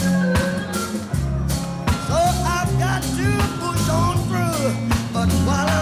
While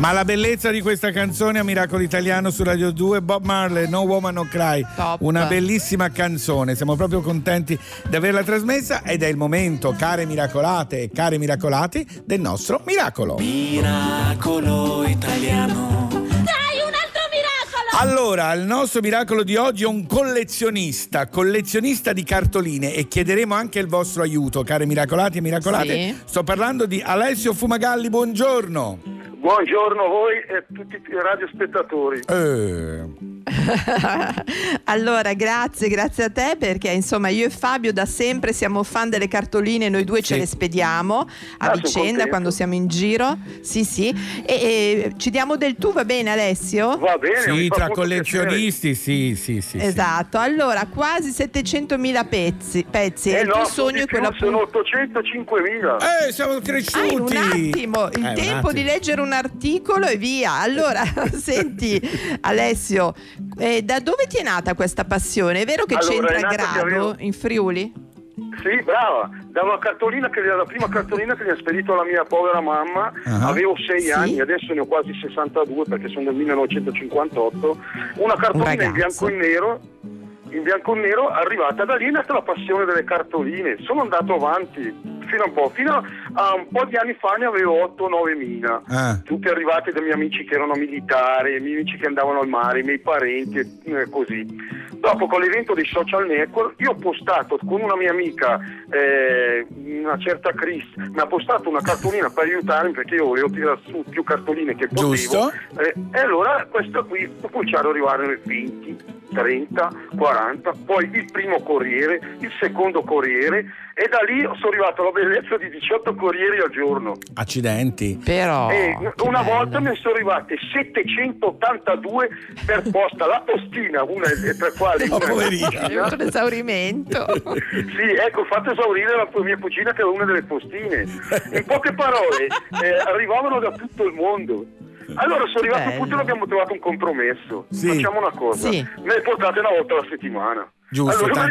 Ma la bellezza di questa canzone a Miracolo Italiano su Radio 2, Bob Marley, No Woman No Cry. Top. Una bellissima canzone, siamo proprio contenti di averla trasmessa ed è il momento, care miracolate e cari miracolati, del nostro miracolo. Miracolo Italiano. Dai, un altro miracolo! Allora, il nostro miracolo di oggi è un collezionista di cartoline e chiederemo anche il vostro aiuto, care miracolati e miracolate. Sì. Sto parlando di Alessio Fumagalli, buongiorno. Buongiorno a voi e a tutti i radiospettatori. Allora, grazie a te, perché insomma io e Fabio da sempre siamo fan delle cartoline, noi due ce le spediamo a vicenda quando siamo in giro. Sì. E ci diamo del tu, va bene Alessio? Va bene. Sì, tra collezionisti, sì. Esatto, allora quasi 700.000 pezzi e il tuo sogno è quello sono 805.000. Siamo cresciuti. Hai un attimo, il tempo di leggere un articolo e via. Allora, senti Alessio, da dove ti è nata questa passione? È vero che c'entra Grado in Friuli? Sì, brava, da una cartolina la prima cartolina che gli ha spedito alla mia povera mamma. Avevo 6 anni, adesso ne ho quasi 62 perché sono del 1958. Una cartolina in bianco e nero, arrivata da lì è nata la passione delle cartoline. Sono andato avanti fino a un po' di anni fa ne avevo 8-9.000, tutte arrivate dai miei amici che erano militari, i miei amici che andavano al mare, i miei parenti, così. Dopo, con l'evento dei social network, io ho postato con una mia amica, una certa Chris, mi ha postato una cartolina per aiutarmi perché io volevo tirare su più cartoline che potevo. E allora questa qui ho cominciato ad arrivare 20, 30, 40, poi il primo corriere, il secondo corriere, e da lì sono arrivato alla bellezza di 18 corrieri al giorno. Accidenti. Però una volta mi sono arrivate 782 per posta, la postina, una tra quali è un esaurimento. Sì, ecco, ho fatto esaurire la mia cugina che era una delle postine. In poche parole, arrivavano da tutto il mondo. Allora sono arrivato al punto che abbiamo trovato un compromesso. Facciamo una cosa, me le portate una volta alla settimana. Giusto, allora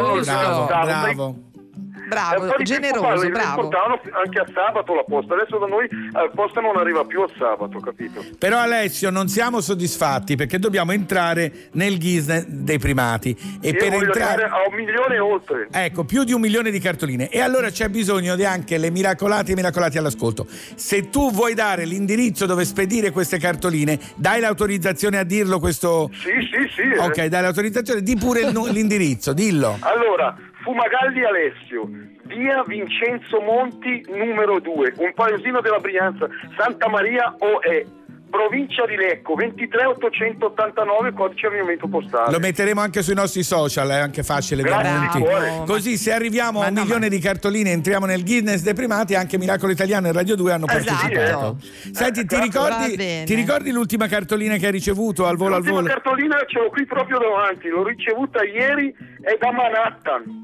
bravo. Bravo, generoso, bravo. Portavano anche a sabato la posta. Adesso da noi la posta non arriva più a sabato, capito? Però Alessio, non siamo soddisfatti perché dobbiamo entrare nel Guinness dei primati e io per entrare a 1 milione e oltre. Ecco, più di 1 milione di cartoline. E allora c'è bisogno di anche le miracolate e miracolati all'ascolto. Se tu vuoi dare l'indirizzo dove spedire queste cartoline, dai l'autorizzazione a dirlo questo? Sì. Ok, dai l'autorizzazione, di pure l'indirizzo, dillo. Allora, Fumagalli Alessio, via Vincenzo Monti numero 2, un paesino della Brianza, Santa Maria OE, provincia di Lecco, 23889, codice avviamento postale. Lo metteremo anche sui nostri social, è anche facile. Così se arriviamo a 1 milione di cartoline entriamo nel Guinness dei primati, anche Miracolo Italiano e Radio 2 hanno partecipato. Senti, ti ricordi l'ultima cartolina che hai ricevuto al volo? L'ultima cartolina ce l'ho qui proprio davanti, l'ho ricevuta ieri, è da Manhattan.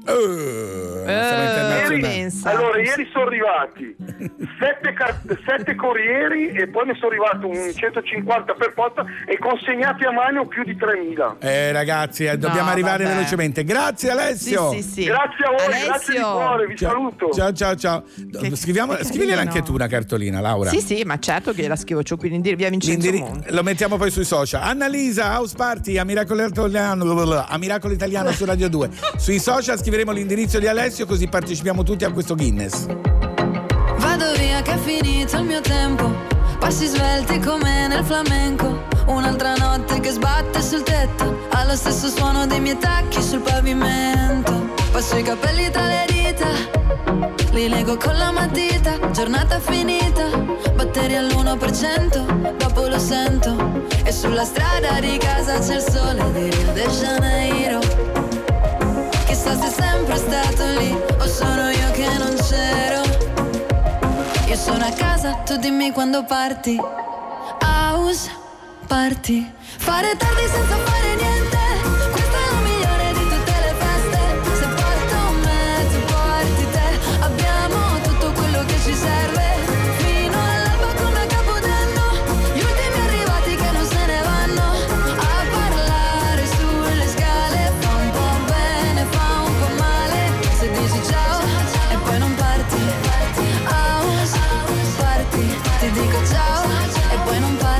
Ieri sono arrivati 7 corrieri e poi ne sono arrivato un 150 per posta e consegnati a mano più di 3.000. Ragazzi, dobbiamo arrivare velocemente. Grazie Alessio. Sì. Grazie a voi, Alessio. grazie di cuore, vi saluto. Ciao. Scrivigliela anche tu una cartolina, Laura. Sì, ma certo che la scrivo, c'ho qui via Vincenzo Monti. Lo mettiamo poi sui social. Annalisa, House Party a Miracolo Italiano su Radio 2. Sui social scriveremo l'indirizzo di Alessio, così partecipiamo tutti a questo Guinness. Vado via che è finito il mio tempo, passi svelti come nel flamenco, un'altra notte che sbatte sul tetto, allo stesso suono dei miei tacchi sul pavimento. Passo i capelli tra le dita, li leggo con la matita, giornata finita, batteri all'1%, dopo lo sento, e sulla strada di casa c'è il sole di Rio de Janeiro. Chissà se è sempre stato lì o sono io che non c'ero. Io sono a casa, tu dimmi quando parti. House party. Fare tardi senza fare niente, questa è la migliore di tutte le feste. Se porto me, tu porti te, abbiamo tutto quello che ci serve. Fino all'alba come a Capodanno, gli ultimi arrivati che non se ne vanno a parlare sulle scale. Fa un po' bene, fa un po' male, se dici ciao e poi non parti. House party, ti dico ciao e poi non parti.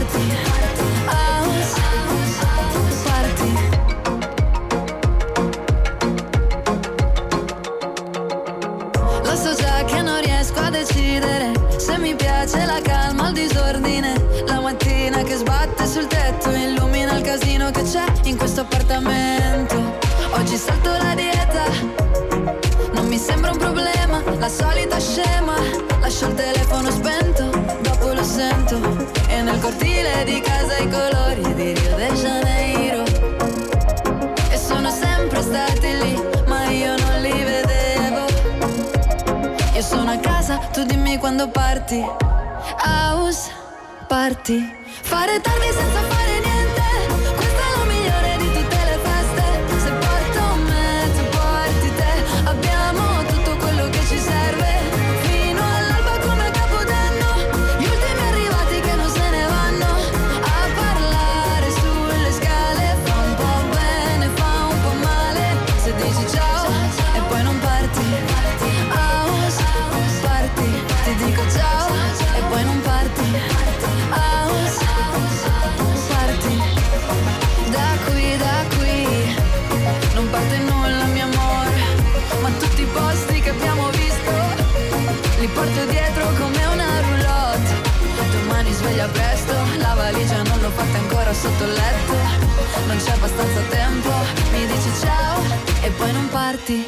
sul tetto illumina il casino che c'è in questo appartamento. Oggi salto la dieta, non mi sembra un problema, la solita scema. Lascio il telefono spento, dopo lo sento. E nel cortile di casa i colori di Rio de Janeiro. E sono sempre stati lì, ma io non li vedevo. Io sono a casa, tu dimmi quando parti. House party. Fare tardi senza fare niente, questa è la migliore di tutte le feste. Se porto me, tu porti te, abbiamo tutto quello che ci serve. Fino all'alba come a Capodanno, gli ultimi arrivati che non se ne vanno. A parlare sulle scale, fa un po' bene, fa un po' male. Se dici ciao e poi non parti. House party, ti dico ciao e poi non parti. House party, da qui non parte nulla mio amore, ma tutti i posti che abbiamo visto li porto dietro come una roulotte. Domani sveglia presto, la valigia non l'ho fatta ancora sotto il letto. Non c'è abbastanza tempo, mi dici ciao e poi non parti.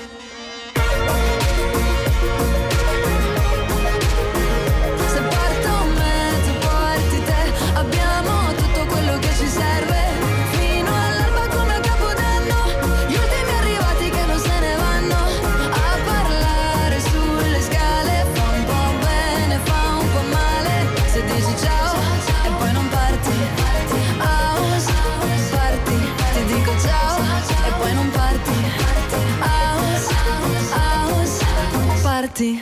Se porto me, tu porti te, abbiamo tutto quello che ci serve. Fino all'alba come a Capodanno, gli ultimi arrivati che non se ne vanno. A parlare sulle scale, fa un po' bene, fa un po' male. Se dici ciao e poi non parti. House party, ti dico ciao e poi non parti. House party.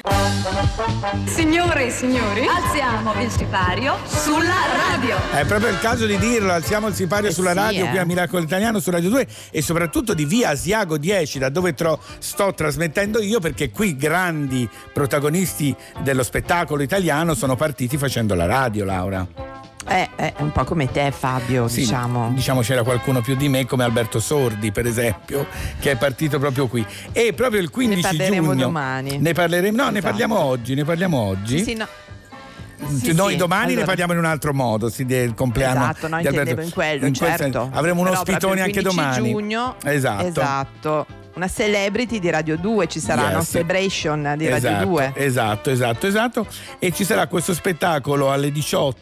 Signore e signori, alziamo il sipario sulla radio. È proprio il caso di dirlo, alziamo il sipario sulla radio qui a Miracolo Italiano su Radio 2 e soprattutto di via Asiago 10, da dove sto trasmettendo io, perché qui grandi protagonisti dello spettacolo italiano sono partiti facendo la radio, Laura. È un po' come te, Fabio, sì, diciamo c'era qualcuno più di me, come Alberto Sordi per esempio, che è partito proprio qui. E proprio il 15 giugno ne parleremo domani. Ne parliamo oggi. Sì, no. Noi domani ne parliamo in un altro modo, del compleanno. Esatto, no, intendevo in quello, certo. Avremo uno ospitone anche domani. Giugno. Esatto. Una celebrity di Radio 2, ci sarà una celebration di Radio 2. Esatto. E ci sarà questo spettacolo alle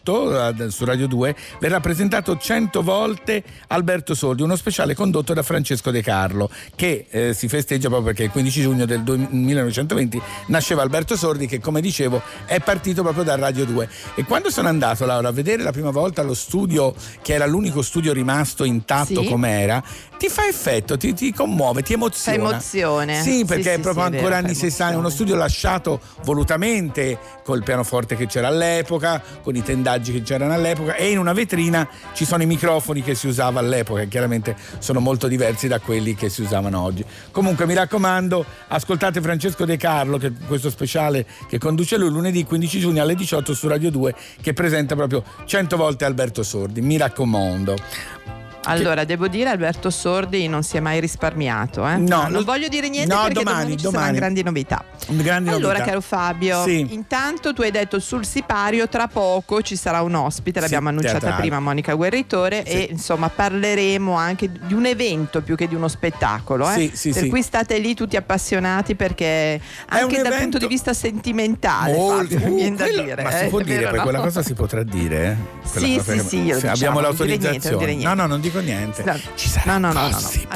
18 su Radio 2. Verrà presentato 100 volte Alberto Sordi, uno speciale condotto da Francesco De Carlo, che si festeggia proprio perché il 15 giugno del 1920 nasceva Alberto Sordi, che come dicevo è partito proprio da Radio 2. E quando sono andato, Laura, a vedere la prima volta lo studio, che era l'unico studio rimasto intatto com'era, ti fa effetto, ti commuove, ti emoziona. Fa emozione. Sì, perché è proprio ancora anni 60, uno studio lasciato volutamente col pianoforte che c'era all'epoca, con i tendaggi che c'erano all'epoca, e in una vetrina ci sono i microfoni che si usava all'epoca, che chiaramente sono molto diversi da quelli che si usavano oggi. Comunque mi raccomando, ascoltate Francesco De Carlo, che questo speciale che conduce lui lunedì 15 giugno alle 18 su Radio 2, che presenta proprio 100 volte Alberto Sordi, mi raccomando. Allora, devo dire, Alberto Sordi non si è mai risparmiato. No, non voglio dire niente perché domani ci saranno grandi novità. Allora, caro Fabio, intanto tu hai detto sul sipario tra poco ci sarà un ospite, l'abbiamo annunciata prima, Monica Guerritore, e insomma parleremo anche di un evento più che di uno spettacolo. Per cui state lì tutti appassionati, perché anche dal punto di vista sentimentale, Fabio, mi viene da dire. Ma si può dire, poi quella cosa si potrà dire? Sì, abbiamo l'autorizzazione. No, non dico niente. No. Ci sarà gossip.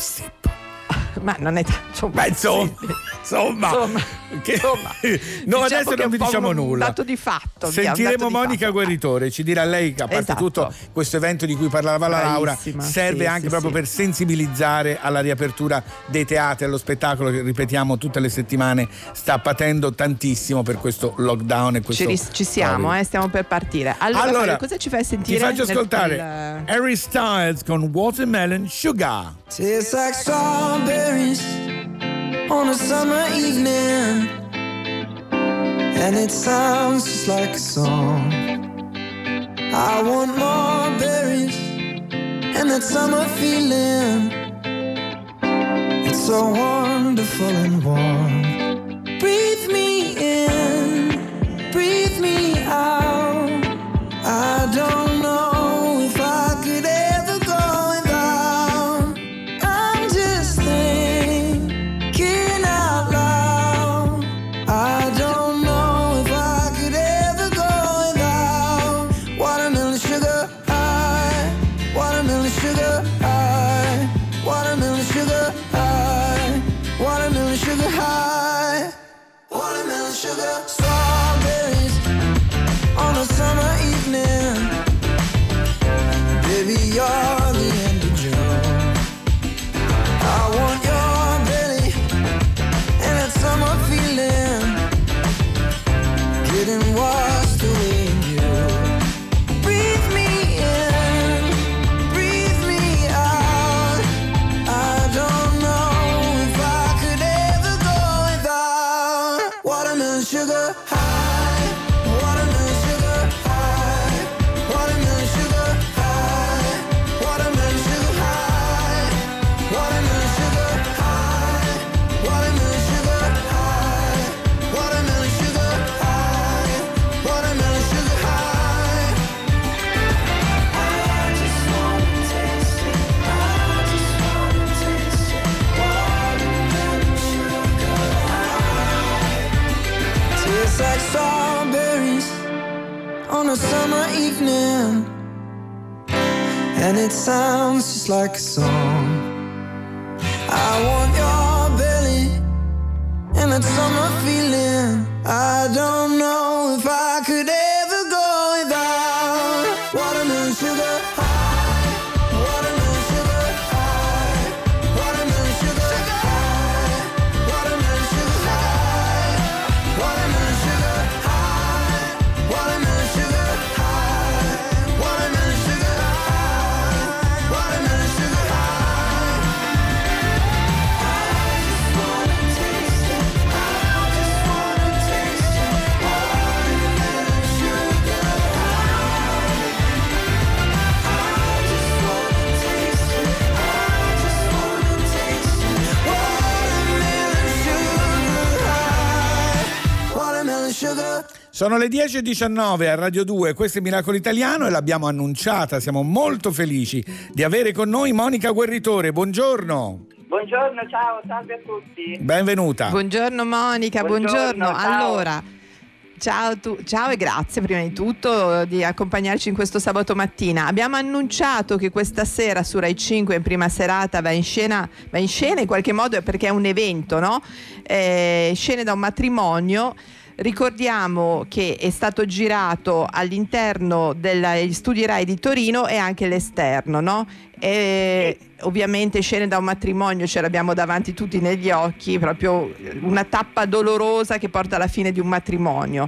Ma non è insomma, no, adesso non vi diciamo nulla. Dato di fatto. Sentiremo Monica Guerritore, ci dirà lei che a parte tutto questo evento di cui parlava la Laura serve anche proprio per sensibilizzare alla riapertura dei teatri, allo spettacolo che, ripetiamo, tutte le settimane sta patendo tantissimo per questo lockdown e questo ci siamo, stiamo per partire. Allora cosa ci fai sentire? Ti faccio ascoltare Harry Styles con Watermelon Sugar. Tastes like strawberries on a summer evening, and it sounds just like a song. I want more berries and that summer feeling. It's so wonderful and warm. Breathe me in, breathe me out. I don't know if I watermelon sugar high. Watermelon sugar, strawberries on a summer evening. Baby, you're the end of June. I want your belly and that summer feeling, getting washed away in you. Breathe me in, breathe me out. I don't know if I could ever go without watermelon sugar high, watermelon sugar high, watermelon sugar high, watermelon sugar high, watermelon sugar high, watermelon sugar high, watermelon sugar high, watermelon sugar high. I just wanna taste it, I just wanna taste it, watermelon sugar high. Tastes like strawberries on a summer evening, and it sounds just like a song. I want your belly and that summer feeling. I don't know if I could ever go without watermelon sugar high, watermelon sugar high, watermelon sugar high, watermelon sugar high, watermelon sugar high, watermelon sugar high, watermelon sugar high, watermelon sugar high. I just wanna taste it, I just wanna taste it, watermelon sugar high. I just wanna taste it, I just wanna taste it, watermelon sugar high, watermelon sugar. Sono le 10:19 a Radio 2, questo è Miracolo Italiano e l'abbiamo annunciata, siamo molto felici di avere con noi Monica Guerritore, buongiorno. Buongiorno, ciao, salve a tutti. Benvenuta. Buongiorno Monica, buongiorno. Ciao. Allora, ciao e grazie prima di tutto di accompagnarci in questo sabato mattina. Abbiamo annunciato che questa sera su Rai 5 in prima serata va in scena in qualche modo perché è un evento, no? Scene da un matrimonio. Ricordiamo che è stato girato all'interno degli studi Rai di Torino e anche l'esterno, no? E ovviamente scene da un matrimonio ce l'abbiamo davanti tutti negli occhi, proprio una tappa dolorosa che porta alla fine di un matrimonio.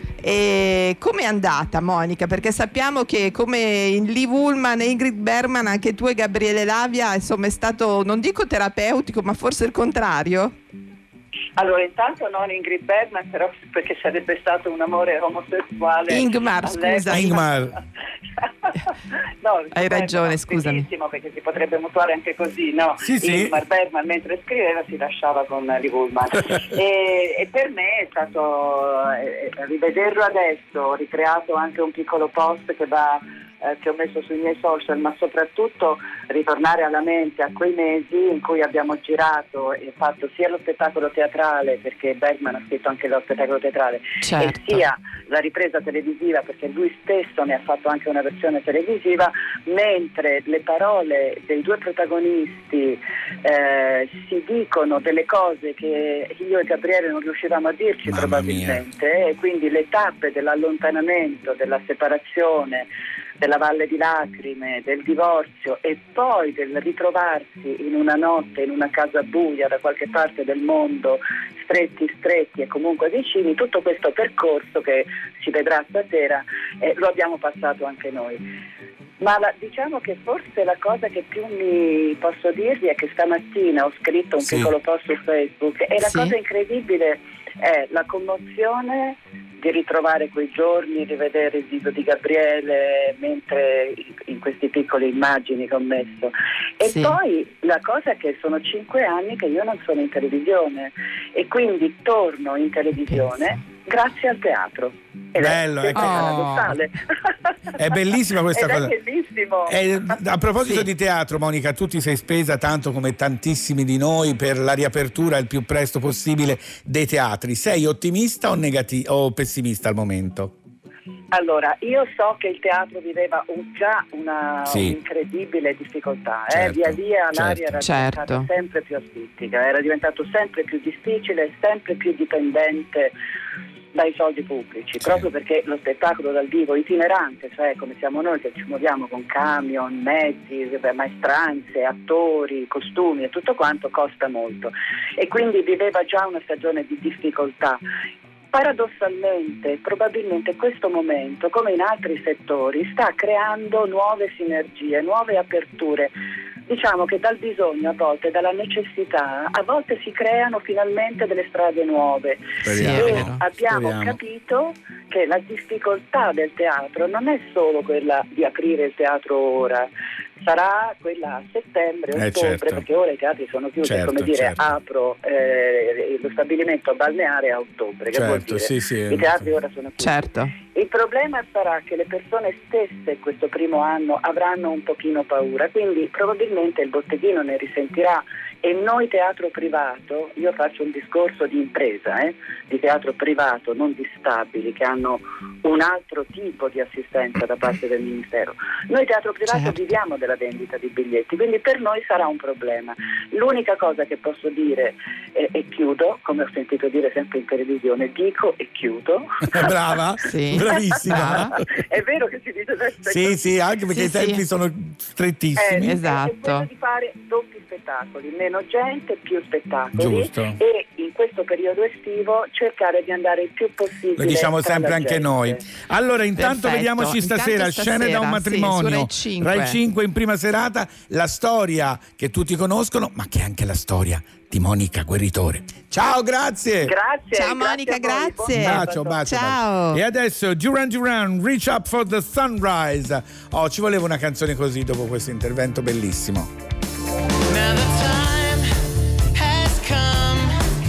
E com'è andata, Monica? Perché sappiamo che come in Liv Ullmann e Ingrid Bergman anche tu e Gabriele Lavia, insomma, è stato, non dico terapeutico, ma forse il contrario? Allora, intanto non Ingrid Bergman, però perché sarebbe stato un amore omosessuale. Ingmar, scusa. Ingmar. No, hai ragione, scusami. Perché si potrebbe mutuare anche così, no? Sì. Ingmar Bergman mentre scriveva si lasciava con Liv Ullmann. e per me è stato rivederlo adesso, ho ricreato anche un piccolo post che ho messo sui miei social, ma soprattutto ritornare alla mente a quei mesi in cui abbiamo girato e fatto sia lo spettacolo teatrale, perché Bergman ha scritto anche lo spettacolo teatrale, certo, e sia la ripresa televisiva, perché lui stesso ne ha fatto anche una versione televisiva, mentre le parole dei due protagonisti si dicono delle cose che io e Gabriele non riuscivamo a dirci, mamma probabilmente mia. E quindi le tappe dell'allontanamento, della separazione, della Valle di Lacrime, del divorzio e poi del ritrovarsi in una notte in una casa buia da qualche parte del mondo, stretti e comunque vicini, tutto questo percorso che si vedrà stasera lo abbiamo passato anche noi. Ma diciamo che forse la cosa che più mi posso dirvi è che stamattina ho scritto un piccolo post su Facebook e la cosa incredibile è la commozione di ritrovare quei giorni, rivedere il viso di Gabriele mentre in queste piccole immagini che ho messo. E poi la cosa è che sono 5 anni che io non sono in televisione e quindi torno in televisione grazie al teatro. Bello, è paradossale. È bellissima questa cosa. È bellissimo. A proposito di teatro, Monica, tu ti sei spesa tanto come tantissimi di noi per la riapertura il più presto possibile dei teatri. Sei ottimista o pessimista al momento? Allora, io so che il teatro viveva già un'incredibile difficoltà, via via l'aria era diventata sempre più asfittica, era diventato sempre più difficile, sempre più dipendente dai soldi pubblici, proprio perché lo spettacolo dal vivo itinerante, cioè come siamo noi che ci muoviamo con camion, mezzi, maestranze, attori, costumi e tutto quanto, costa molto, e quindi viveva già una stagione di difficoltà. Paradossalmente, probabilmente questo momento, come in altri settori, sta creando nuove sinergie, nuove aperture. Diciamo che dal bisogno, a volte dalla necessità, a volte si creano finalmente delle strade nuove. Abbiamo capito che la difficoltà del teatro non è solo quella di aprire il teatro ora, sarà quella a settembre, ottobre, perché ora i teatri sono chiusi, come dire, apro lo stabilimento balneare a ottobre, che vuol dire? I teatri ora sono chiusi. Il problema sarà che le persone stesse questo primo anno avranno un pochino paura, quindi probabilmente il botteghino ne risentirà, e noi teatro privato, io faccio un discorso di impresa, di teatro privato, non di stabili che hanno un altro tipo di assistenza da parte del Ministero. Noi teatro privato viviamo della vendita di biglietti, quindi per noi sarà un problema. L'unica cosa che posso dire, e chiudo, come ho sentito dire sempre in televisione, dico e chiudo. Brava, bravissima. È vero che si dice sempre sì, anche perché i tempi sono strettissimi. Esatto. È quello di fare doppi spettacoli, meno gente, più spettacoli. Giusto. E in questo periodo estivo cercare di andare il più possibile. Lo diciamo sempre anche gente. Noi. Allora, intanto vediamoci stasera Scene da un matrimonio, Rai 5 in prima serata, la storia che tutti conoscono, ma che è anche la storia di Monica Guerritore. Ciao, grazie. Ciao Monica, grazie. Bacio. Ciao. E adesso Duran Duran, Reach Up for the Sunrise. Ci voleva una canzone così dopo questo intervento bellissimo. Now the time has come.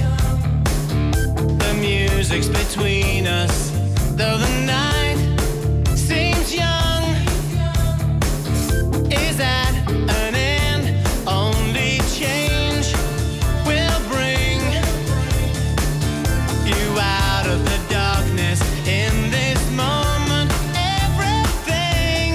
The music's between us. Though the night seems young, is at an end. Only change will bring you out of the darkness. In this moment, everything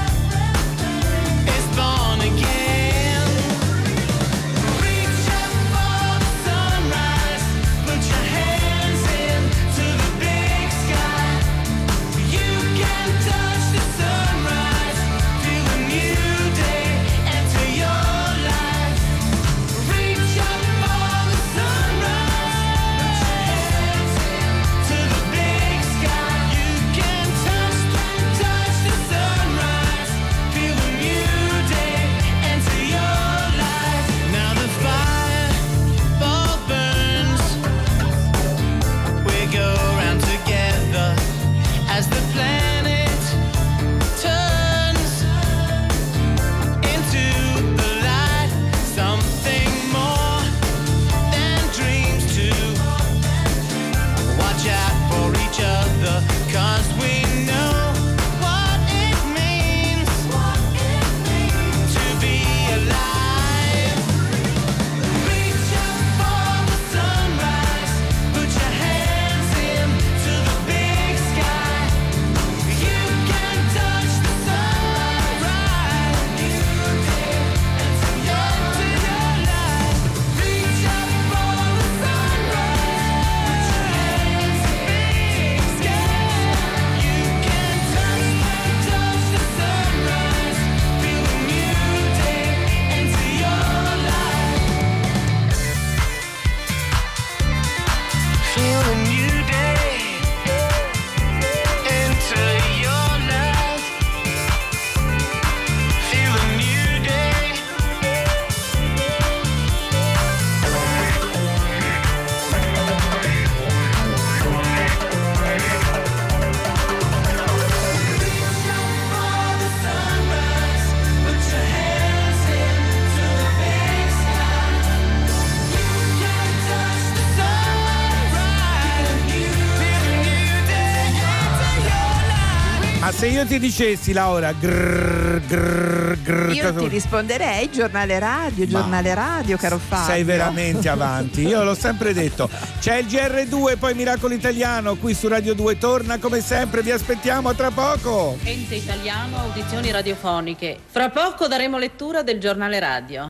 is born again. Reach up for the sunrise, put your hands into the big sky. You can touch the sunrise, feel a new day enter your life. Reach up for the sunrise, put your hands into the big sky. You can touch the sunrise, feel a new day enter your life. Now the fireball burns, we go round together as the planet turns into the light. Something more than dreams to watch out for each other, 'cause we know what it means to be alive. Reach up for the sunrise, put your hands into the big sky. You can touch the sunrise, new day into your life. Reach up for the sunrise, put your hands in the big sky. You can touch the sunrise, feel a new day into your life. Feel a new day into your life. Feel a new day. Reach up for the sunrise, put your hands into the big sky. You can touch the sunrise, Ma se io ti dicessi, Laura, io ti risponderei giornale radio, caro Fabio. Sei veramente avanti, io l'ho sempre detto. C'è il GR2, poi Miracolo Italiano qui su Radio 2, torna come sempre, vi aspettiamo a tra poco. Ente Italiano, audizioni radiofoniche. Fra poco daremo lettura del giornale radio.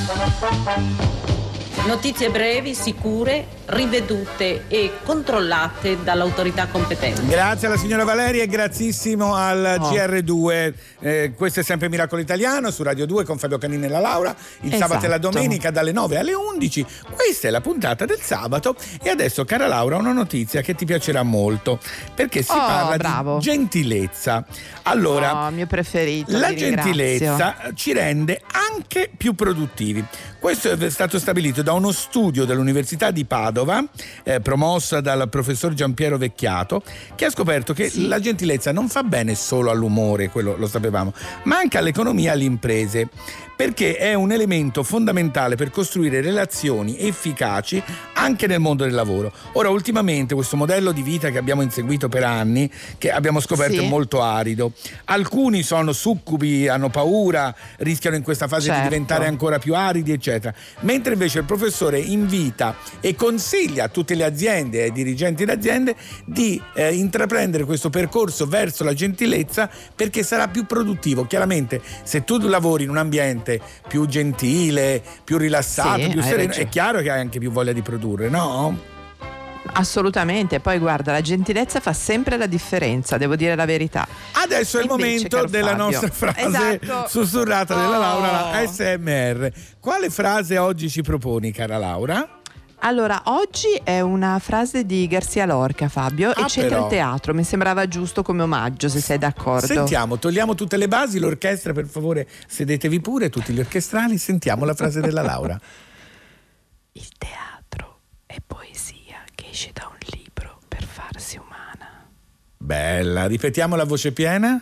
Notizie brevi, sicure, rivedute e controllate dall'autorità competente. Grazie alla signora Valeria e grazissimo al GR2. Questo è sempre Miracolo Italiano su Radio 2 con Fabio Canini e la Laura, il sabato e la domenica dalle 9 alle 11. Questa è la puntata del sabato e adesso, cara Laura, una notizia che ti piacerà molto, perché si parla di gentilezza. Allora, mio preferito. La gentilezza ci rende anche più produttivi. Questo è stato stabilito da uno studio dell'Università di Padova, promossa dal professor Giampiero Vecchiato, che ha scoperto che la gentilezza non fa bene solo all'umore, quello lo sapevamo, ma anche all'economia e alle imprese, perché è un elemento fondamentale per costruire relazioni efficaci anche nel mondo del lavoro. Ora, ultimamente questo modello di vita che abbiamo inseguito per anni, che abbiamo scoperto è molto arido. Alcuni sono succubi, hanno paura, rischiano in questa fase di diventare ancora più aridi, eccetera. Mentre invece il professore invita e consiglia a tutte le aziende e ai dirigenti d'aziende di intraprendere questo percorso verso la gentilezza, perché sarà più produttivo. Chiaramente, se tu lavori in un ambiente più gentile, più rilassato, più sereno, è chiaro che hai anche più voglia di produrre, no? Assolutamente, poi guarda, la gentilezza fa sempre la differenza, devo dire la verità. Adesso è il momento della nostra frase sussurrata della Laura, la ASMR. Quale frase oggi ci proponi, cara Laura? Allora, oggi è una frase di Garcia Lorca, Fabio, e c'entra il teatro, mi sembrava giusto come omaggio, se sei d'accordo. Sentiamo, togliamo tutte le basi, l'orchestra per favore sedetevi pure, tutti gli orchestrali, sentiamo la frase della Laura. Il teatro è poesia che esce da un libro per farsi umana. Bella, ripetiamo la voce piena.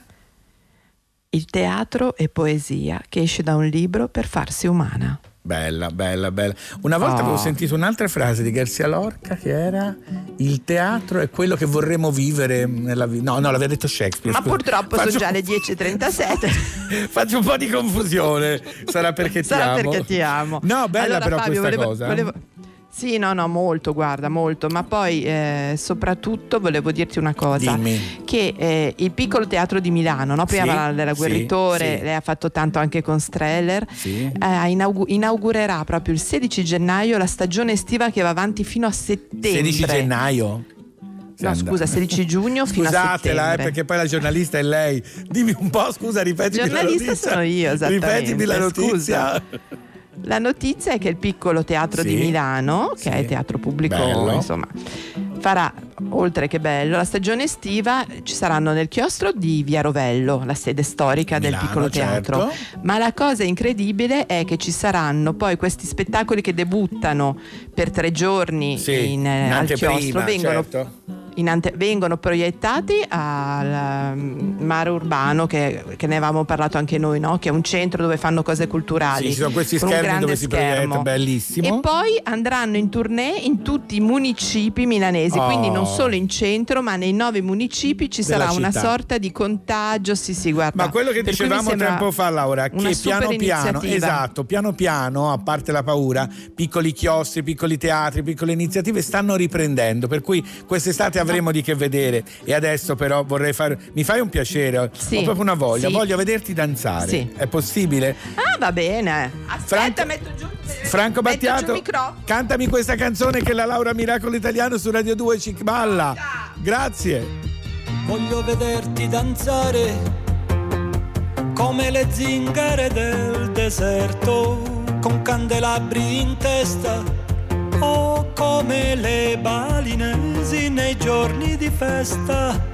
Il teatro è poesia che esce da un libro per farsi umana. Bella, bella, bella. Una volta avevo sentito un'altra frase di Garcia Lorca che era: il teatro è quello che vorremmo vivere nella vita. No, l'aveva detto Shakespeare. Ma scusa. Purtroppo sono già le 10:37. Faccio un po' di confusione. Sarà perché ti amo. Perché ti amo. No, bella, allora, però Fabio, questa cosa. Sì, no, molto, guarda, molto, ma poi soprattutto volevo dirti una cosa. Dimmi. Che il piccolo teatro di Milano, no? Prima parlava della Guerritore, lei ha fatto tanto anche con Streller, inaugurerà proprio il 16 gennaio la stagione estiva che va avanti fino a settembre. 16 gennaio? No, scusa, 16 giugno fino a settembre. Scusatela, perché poi la giornalista è lei. Dimmi un po', scusa, ripetimi la notizia. Giornalista sono io, esattamente. Ripetimi la notizia. Scusa. La notizia è che il piccolo teatro di Milano, che è teatro pubblico, insomma, farà, oltre che bello, la stagione estiva. Ci saranno nel chiostro di Via Rovello, la sede storica del piccolo teatro. Ma la cosa incredibile è che ci saranno poi questi spettacoli che debuttano per 3 giorni al chiostro, vengono proiettati al Mare Urbano, che ne avevamo parlato anche noi, no? Che è un centro dove fanno cose culturali. Sì, ci sono questi schermi dove si proietta, bellissimo. E poi andranno in tournée in tutti i municipi milanesi, quindi non solo in centro, ma nei 9 municipi ci sarà una sorta di contagio. Sì, guarda. Ma quello che dicevamo tempo fa, Laura, che piano piano, a parte la paura, piccoli chiostri, piccoli teatri, piccole iniziative stanno riprendendo, per cui quest'estate avremo di che vedere. E adesso però mi fai un piacere, ho proprio una voglia, voglio vederti danzare. È possibile? Va bene. Aspetta, metto giù Franco Battiato, cantami questa canzone che la Laura Miracolo Italiano su Radio 2 ci balla. Grazie. Voglio vederti danzare come le zingare del deserto, con candelabri in testa, o come le balinesi nei giorni di festa.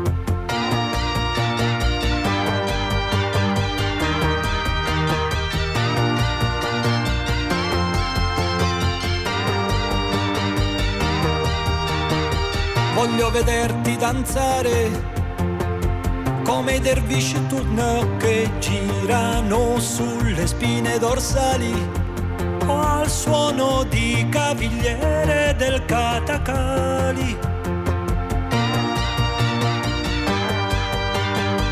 Voglio vederti danzare come i dervisci turno che girano sulle spine dorsali, o al suono di cavigliere del Catacali.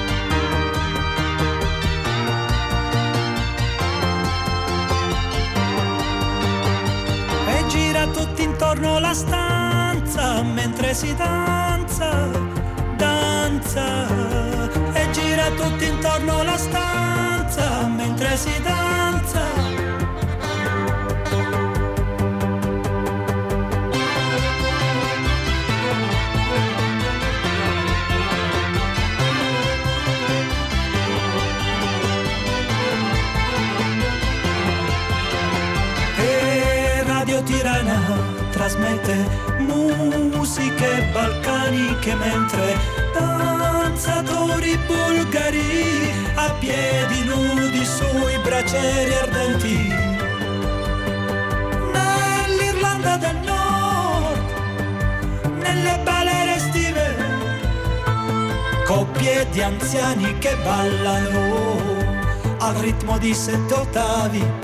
intorno la stanza mentre si danza, danza, e gira tutto intorno la stanza mentre si danza. Tirana trasmette musiche balcaniche mentre danzatori bulgari a piedi nudi sui bracieri ardenti. Nell'Irlanda del Nord, nelle balere estive, coppie di anziani che ballano al ritmo di 7 ottavi.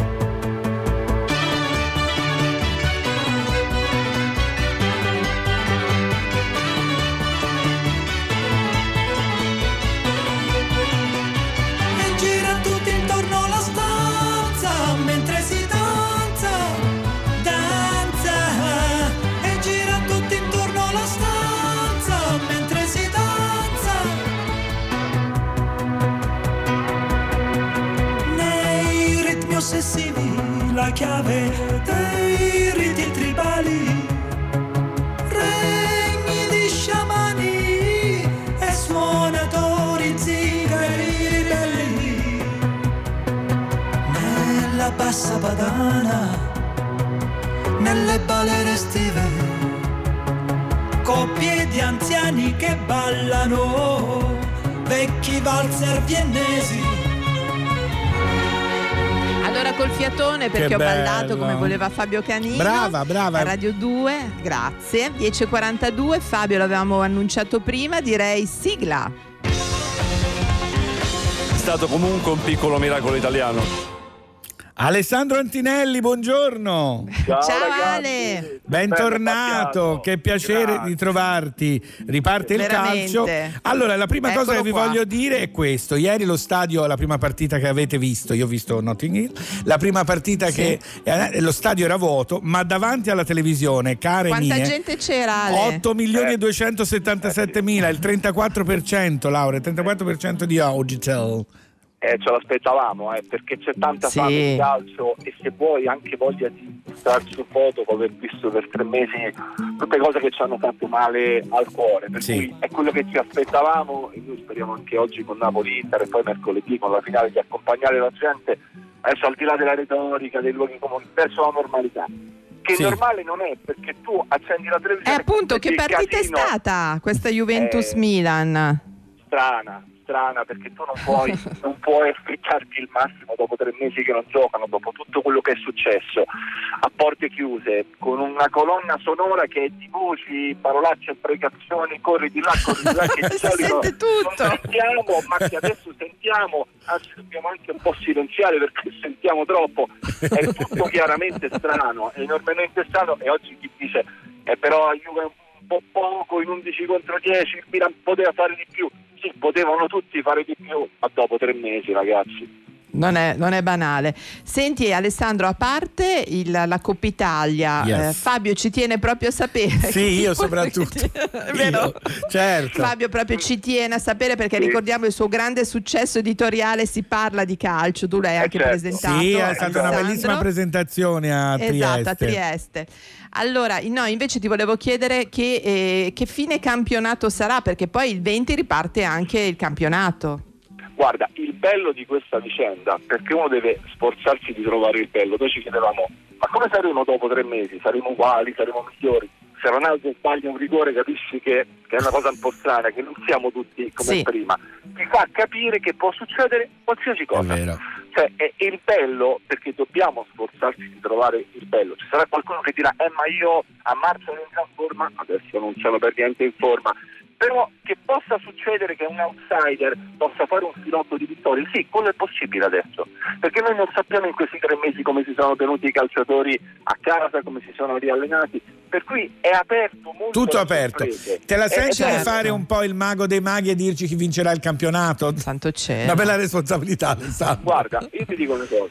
La chiave dei riti tribali, regni di sciamani e suonatori zingari ribelli. Nella bassa padana, nelle balere estive, coppie di anziani che ballano, vecchi valzer viennesi. Allora col fiatone, perché che ho bello. ballato come voleva Fabio Canino. Brava. A Radio 2, grazie. 10:42, Fabio l'avevamo annunciato prima, direi sigla. È stato comunque un piccolo miracolo italiano. Alessandro Antinelli, buongiorno. Ciao Ale. Bentornato, che piacere di trovarti. Riparte il calcio. Allora, la prima cosa che vi voglio dire è questo. Ieri lo stadio, la prima partita che avete visto, io ho visto Notting Hill, la prima partita che lo stadio era vuoto, ma davanti alla televisione, care quanta mie, gente c'era Ale? 8.277.000, il 34%, Laura, il 34% di Auditel. Ce l'aspettavamo, perché c'è tanta fame di calcio e se vuoi anche voglia di starci un po' dopo aver visto per 3 mesi tutte cose che ci hanno fatto male al cuore, per cui è quello che ci aspettavamo e noi speriamo anche oggi con Napoli-Inter e poi mercoledì con la finale di accompagnare la gente adesso al di là della retorica, dei luoghi comuni, verso la normalità. Che normale non è, perché tu accendi la televisione. Appunto, che partita è stata questa Juventus-Milan? Strana, perché tu non puoi aspettarti il massimo dopo 3 mesi che non giocano, dopo tutto quello che è successo a porte chiuse, con una colonna sonora che è di voci, parolacce, imprecazioni, corri di là che di solito non sentiamo, ma che adesso sentiamo, anzi dobbiamo anche un po' silenziare perché sentiamo troppo. È tutto chiaramente strano, è enormemente strano, e oggi chi dice però la Juve un po' poco in 11 contro 10, il Milan poteva fare di più. Sì, potevano tutti fare di più, ma dopo 3 mesi, ragazzi. Non è banale. Senti Alessandro, a parte la Coppa Italia, Fabio ci tiene proprio a sapere. Sì, io soprattutto. Vero? Certo. Fabio proprio ci tiene a sapere, perché ricordiamo il suo grande successo editoriale, Si parla di calcio, tu l'hai anche presentato. Sì, è stata una bellissima presentazione a Trieste. Esatto, a Trieste. Allora, no, invece ti volevo chiedere che fine campionato sarà, perché poi il 20 riparte anche il campionato. Guarda, il bello di questa vicenda, perché uno deve sforzarsi di trovare il bello, noi ci chiedevamo, ma come saremo dopo 3 mesi? Saremo uguali, saremo migliori? Se Ronaldo sbaglia un rigore capisci che è una cosa un po' strana, che non siamo tutti come prima. Ti fa capire che può succedere qualsiasi cosa. È vero. Cioè è il bello, perché dobbiamo sforzarci di trovare il bello. Ci sarà qualcuno che dirà ma io a marzo ero in gran forma, adesso non sono per niente in forma. Però che possa succedere che un outsider possa fare un filotto di vittorie, sì, quello è possibile adesso, perché noi non sappiamo in questi 3 mesi come si sono tenuti i calciatori a casa, come si sono riallenati, per cui è aperto molto. Tutto aperto. Te la senti di fare un po' il mago dei maghi e dirci chi vincerà il campionato? Santo cielo. Una bella responsabilità, Alessandro. Guarda, io ti dico una cosa,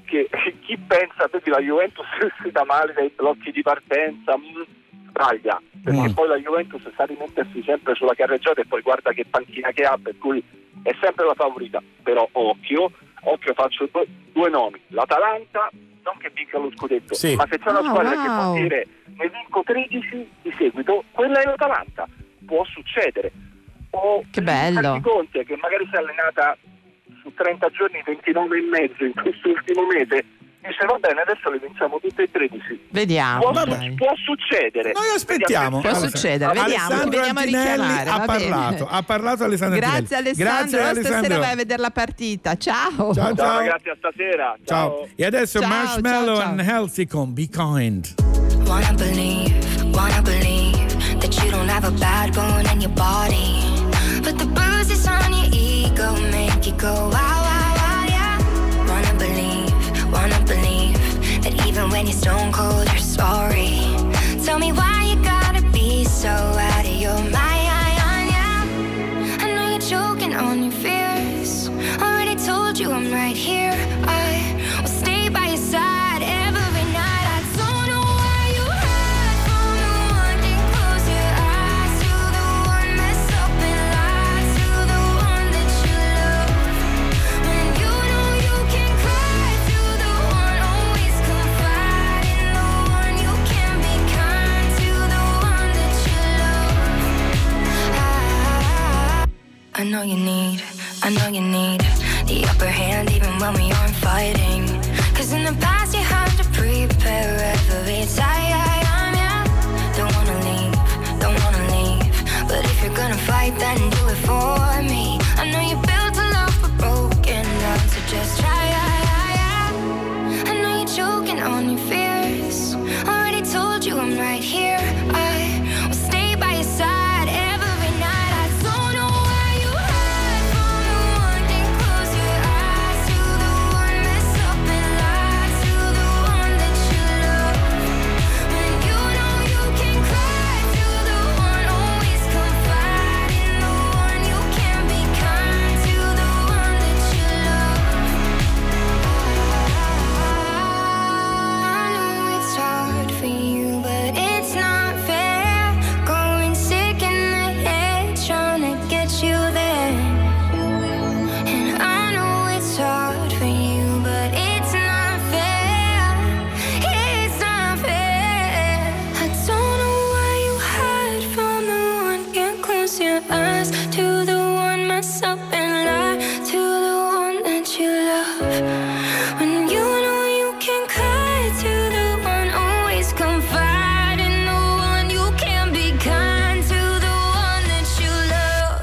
che chi pensa, vedi la Juventus si dà male dai blocchi di partenza, sbaglia, perché poi la Juventus sa rimettersi sempre sulla carreggiata e poi guarda che panchina che ha, per cui è sempre la favorita. Però occhio, faccio due nomi: l'Atalanta, non che vinca lo scudetto, ma se c'è una squadra che può dire ne vinco 13 di seguito, quella è l'Atalanta. Può succedere. O che bello Conte, che magari si è allenata su 30 giorni 29 e mezzo in quest'ultimo mese, dice va bene, adesso le vinciamo tutte e 13. Vediamo. Può succedere. Noi aspettiamo. Può succedere, vediamo, ti veniamo a richiamare. Ha parlato Alessandro Antinelli. Grazie Alessandro, stasera vai a vedere la partita. Ciao ragazzi, a stasera. Ciao. E adesso Marshmallow and Healthy con Be Kind. Wanna believe that you don't have a bad bone in your body, but the bruises on your ego make you go wow, wow, wow, yeah. Wanna believe that even when you're stone cold, you're sorry. Tell me why you gotta be so out of your mind, yeah. I know you're choking on your fears. Already told you I'm right here. I will stay by your side every night. I don't know why you hide from the one that close your eyes to the one messed up and lied to the one that you love. When you know you can cry to the one, always confide in the one. You can be kind to the one that you love. I know you need the upper hand even when we aren't fighting. 'Cause in the past you had to prepare every time, yeah. Don't wanna leave, but if you're gonna fight, then do it for me. I know you built a love but broken down, so just try, yeah. I know you're choking on your fears. Already told you I'm right here. I will stay by your side every night. I don't know why you hide from the one that close your eyes to the one messed up and lied to the one that you love. When you know you can cry to the one, always confide in the one. You can be kind to the one that you love. I know it's hard for you, but it's not fair. Going sick in the head, trying to get you there. And I know it's hard for you, but it's not fair. It's not fair. I don't know why you hide from the one. Can't close your eyes to the one mess up and lie to the one that you love. When you know you can cry to the one, always confide in the one. You can be kind to the one that you love.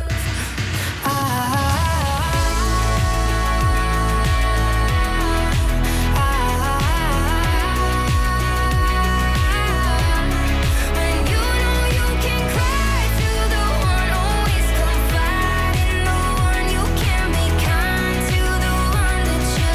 When you know you can cry to the one, always confide in the one. You can be kind to the one that you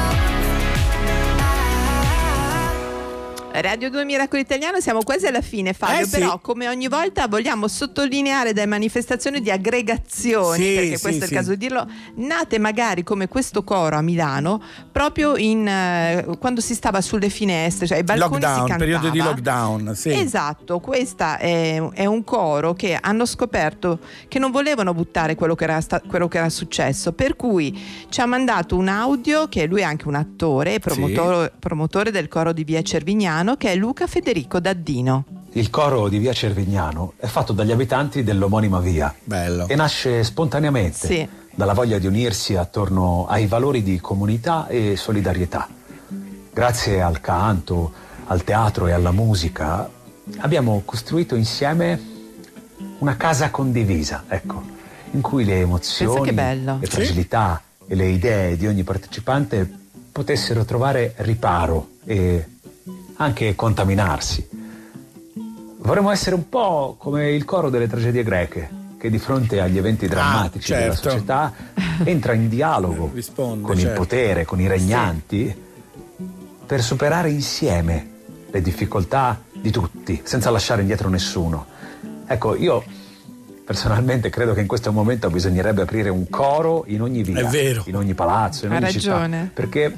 love. Radio 2 Miracolo Italiano, siamo quasi alla fine, Fabio, però come ogni volta vogliamo sottolineare delle manifestazioni di aggregazioni, perché questo è il caso di dirlo, nate magari come questo coro a Milano proprio quando si stava sulle finestre, cioè ai balconi si cantava. Periodo di lockdown, sì. Esatto, questa è un coro che hanno scoperto che non volevano buttare quello che era successo, per cui ci ha mandato un audio, che lui è anche un attore e promotore del coro di Via Cervignano, che è Luca Federico Daddino. Il coro di Via Cervignano è fatto dagli abitanti dell'omonima via. Bello. E nasce spontaneamente dalla voglia di unirsi attorno ai valori di comunità e solidarietà. Grazie al canto, al teatro e alla musica abbiamo costruito insieme una casa condivisa, ecco, in cui le emozioni, le fragilità e le idee di ogni partecipante potessero trovare riparo e anche contaminarsi. Vorremmo essere un po' come il coro delle tragedie greche, che di fronte agli eventi drammatici della società entra in dialogo con il potere, con i regnanti, per superare insieme le difficoltà di tutti, senza lasciare indietro nessuno. Ecco, io Personalmente credo che in questo momento bisognerebbe aprire un coro in ogni villa, in ogni palazzo, in ogni città, perché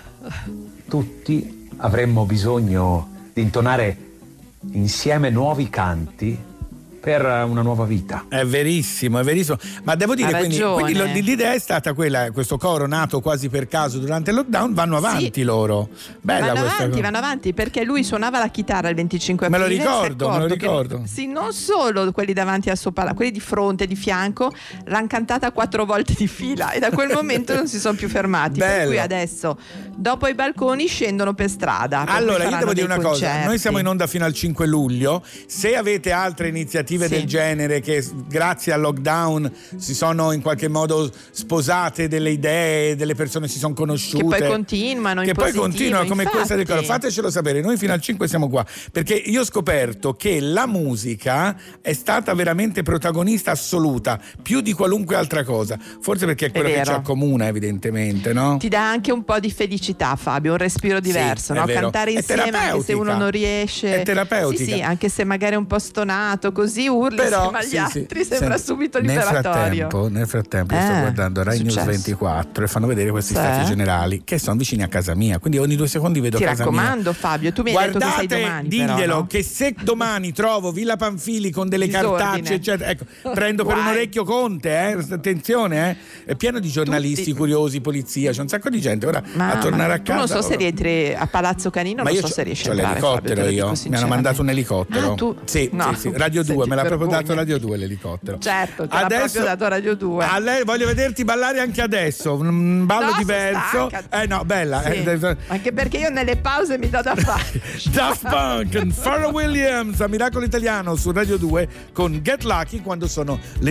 tutti avremmo bisogno di intonare insieme nuovi canti per una nuova vita. È verissimo, ma devo dire, quindi l'idea è stata quella, questo coro nato quasi per caso durante il lockdown, vanno avanti loro. Bella vanno avanti perché lui suonava la chitarra il 25 aprile. Me lo ricordo. Sì, non solo quelli davanti al suo palazzo, quelli di fronte, di fianco, l'hanno cantata 4 volte di fila e da quel momento non si sono più fermati. Bello. Per cui adesso, dopo i balconi, scendono per strada. Allora, io devo dire una concerti. cosa, noi siamo in onda fino al 5 luglio, se avete altre iniziative del genere che grazie al lockdown si sono in qualche modo sposate delle idee, delle persone si sono conosciute, che poi continuano come questa del coro, fatecelo sapere, noi fino al 5 siamo qua, perché io ho scoperto che la musica è stata veramente protagonista assoluta, più di qualunque altra cosa, forse perché è quella che ci accomuna, evidentemente, no? Ti dà anche un po' di felicità, Fabio, un respiro diverso, no? Cantare insieme, anche se uno non riesce, è terapeutica. Sì, anche se magari è un po' stonato, così urla insieme agli altri, sembra subito liberatorio. Nel frattempo sto guardando Rai News 24 e fanno vedere questi stati generali che sono vicini a casa mia, quindi ogni 2 secondi vedo casa mia. Ti raccomando, Fabio, tu mi hai detto che sei domani, diglielo, però, no? Che se domani trovo Villa Panfili con delle cartacce, eccetera, ecco, prendo per un orecchio Conte, attenzione, è pieno di giornalisti curiosi, polizia, c'è un sacco di gente ora a tornare a casa. Non so se rientri a Palazzo Canino, non so se riesci a entrare. L'elicottero io, mi hanno mandato un elicottero. Sì, Radio 2, me l'ha proprio dato Radio 2 l'elicottero. Certo, te l'ha proprio dato Radio 2. A lei voglio vederti ballare anche adesso, un ballo diverso. No, bella. Anche perché io nelle pause mi do da fare. Daft Punk, Pharrell Williams a Miracolo Italiano su Radio 2 con Get Lucky quando sono le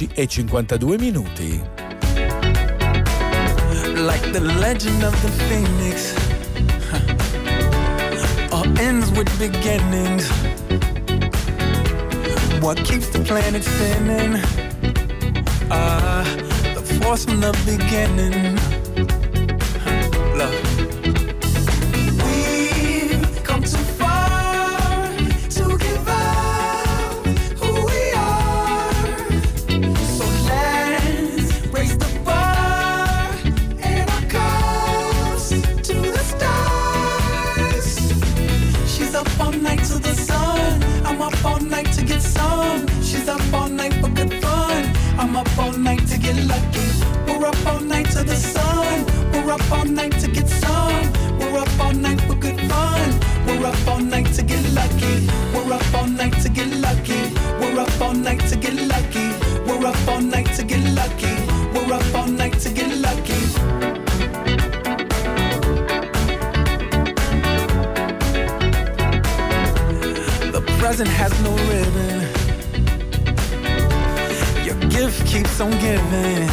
10:52. Like the legend of the Phoenix, all ends with beginnings. What keeps the planet spinning? The force from the beginning. Love. We've come too far to give up who we are. So let's raise the bar and our cups to the stars. She's up all night to the sun. I'm up all night to get some. She's up all night for good fun. I'm up all night to get lucky. We're up all night to the sun. We're up all night to get some. We're up all night for good fun. We're up all night to get lucky. We're up all night to get lucky. We're up all night to get lucky. We're up all night to get lucky. We're up all night to get lucky. The present has no ribbon. Your gift keeps on giving.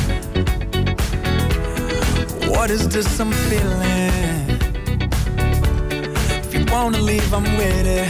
What is this I'm feeling? If you wanna leave, I'm with it.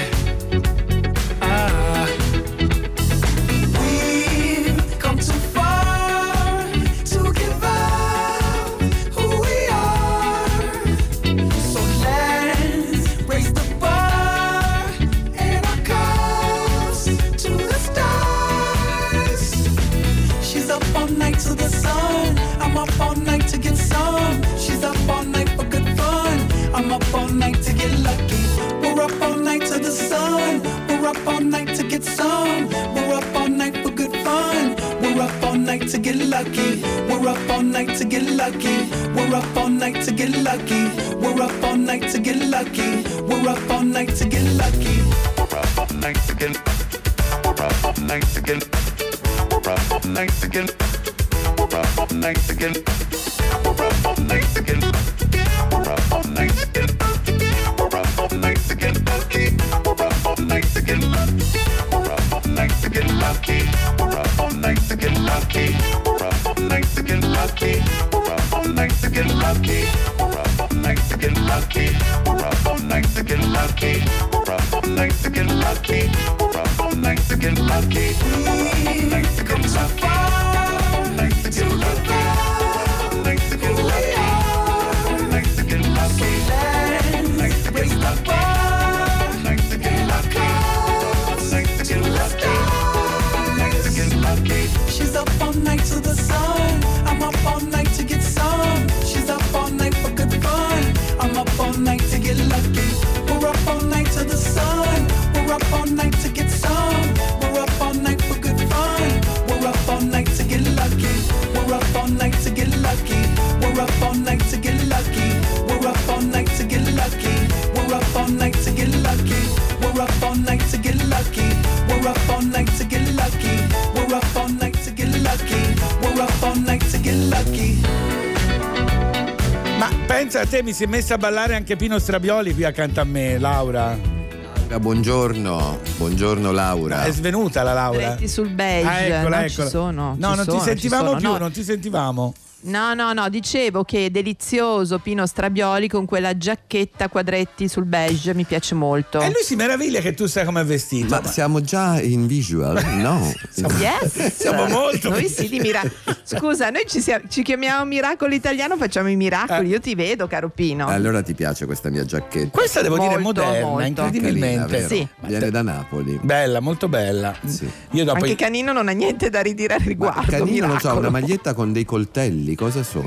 We've come too far to give up who we are. So let's raise the bar and our cups to the stars. She's up all night to the sun. I'm up all night to get some. She's up all night for good fun. I'm up all night to get lucky. We're up all night to the sun. We're up all night to get some. We're up all night for good fun. We're up all night to get lucky. We're up all night to get lucky. We're up all night to get lucky. We're up all night to get lucky. We're up all night to get lucky. We're up all night to get. We're up all night to get. We're up all night to get. We're up all night to get. We're up all night to get. We're up all night to get. We're up all night to get lucky. We're up all night to get lucky. We're up all night to get lucky. We're up all night to get lucky. We're up all night to get lucky. We're up all night to get lucky. We're up all night to get lucky. We're up all night to get lucky. We're up all night to get lucky. We're up all night to get lucky. We're up all night to get lucky. sun. I'm up all night to get some. She's up all night for good fun. I'm up all night to get lucky. We're up all night to the sun. We're up all night to get some. We're up all night for good fun. We're up all night to get lucky. We're up all night to get lucky. We're up all night to get lucky. We're up all night to get lucky. We're up all night to get lucky. We're up all night to get lucky. We're up all night to get lucky. We're up all night to get lucky. We're up all night to get lucky. Ma pensa a te, mi si è messa a ballare anche Pino Strabioli qui accanto a me, Laura. Buongiorno Laura. È svenuta la Laura. Dretti sul beige. Eccola. Ci sono. No, non ti sentivamo più, no. non ti sentivamo. No, dicevo che è delizioso Pino Strabioli con quella giacchetta a quadretti sul beige, mi piace molto. E lui si meraviglia che tu sai come è vestito. Ma siamo già in visual? No. Yes. Siamo molto. Noi sì, di Scusa, noi ci chiamiamo Miracolo Italiano, facciamo i miracoli. Io ti vedo, caro Pino. Allora ti piace questa mia giacchetta? Questa devo dire moderna, molto. incredibilmente. Carina, sì. Viene da Napoli. Bella, molto bella. Sì. Io dopo Anche Canino non ha niente da ridire al riguardo. Canino Miracolo. non so, una maglietta con dei coltelli. Cosa sono?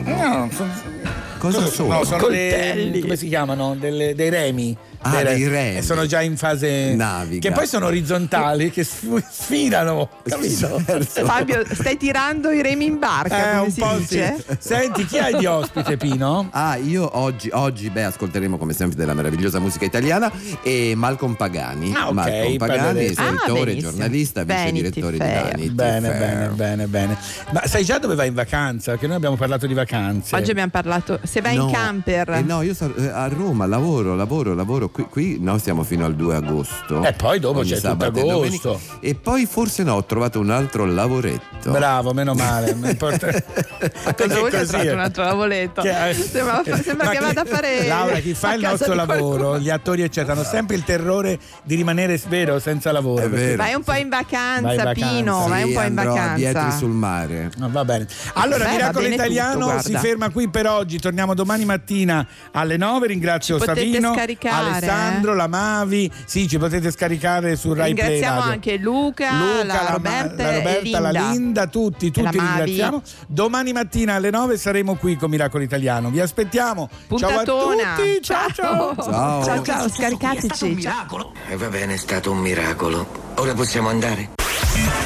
Cosa sono? No, sono come si chiamano? Dei remi. Dei remi. E sono già in fase naviga. Che poi sono orizzontali, che sfilano, capito? Fabio, stai tirando i remi in barca, come un si po' dice? Sì. Senti, chi hai di ospite, Pino? Io oggi ascolteremo come sempre della meravigliosa musica italiana e Malcolm Pagani. Okay, Malcolm Pagani, scrittore, benissimo. giornalista, vice direttore di Vanity Bene. Ma sai già dove vai in vacanza? Perché noi abbiamo parlato di vacanze. Oggi abbiamo parlato. Se vai in camper. No, io a Roma lavoro. Qui noi stiamo fino al 2 agosto. E poi dopo c'è tutto agosto. E poi forse ho trovato un altro lavoretto. Bravo, meno male. Cosa vuoi che hai trovato un altro lavoretto? Sembra che vada a fare. Laura, chi fa il nostro lavoro, gli attori eccetera, hanno sempre il terrore di rimanere senza lavoro. Vai un po' in vacanza, Pino. Sì, vai un po' in vacanza. A Vietri sul mare. Va bene. Allora, Miracolo Italiano tutto, si ferma qui per oggi. Torniamo domani mattina alle 9. Ringrazio Savino, Alessandro, la Mavi. Sì, ci potete scaricare su Rai Play. Ringraziamo anche Luca, la Roberta, la Linda, tutti ringraziamo. Domani mattina alle 9 saremo qui con Miracolo Italiano. Vi aspettiamo. Puntatona. Ciao a tutti. Ciao, scaricateci. E va bene, è stato un miracolo. Ora possiamo andare?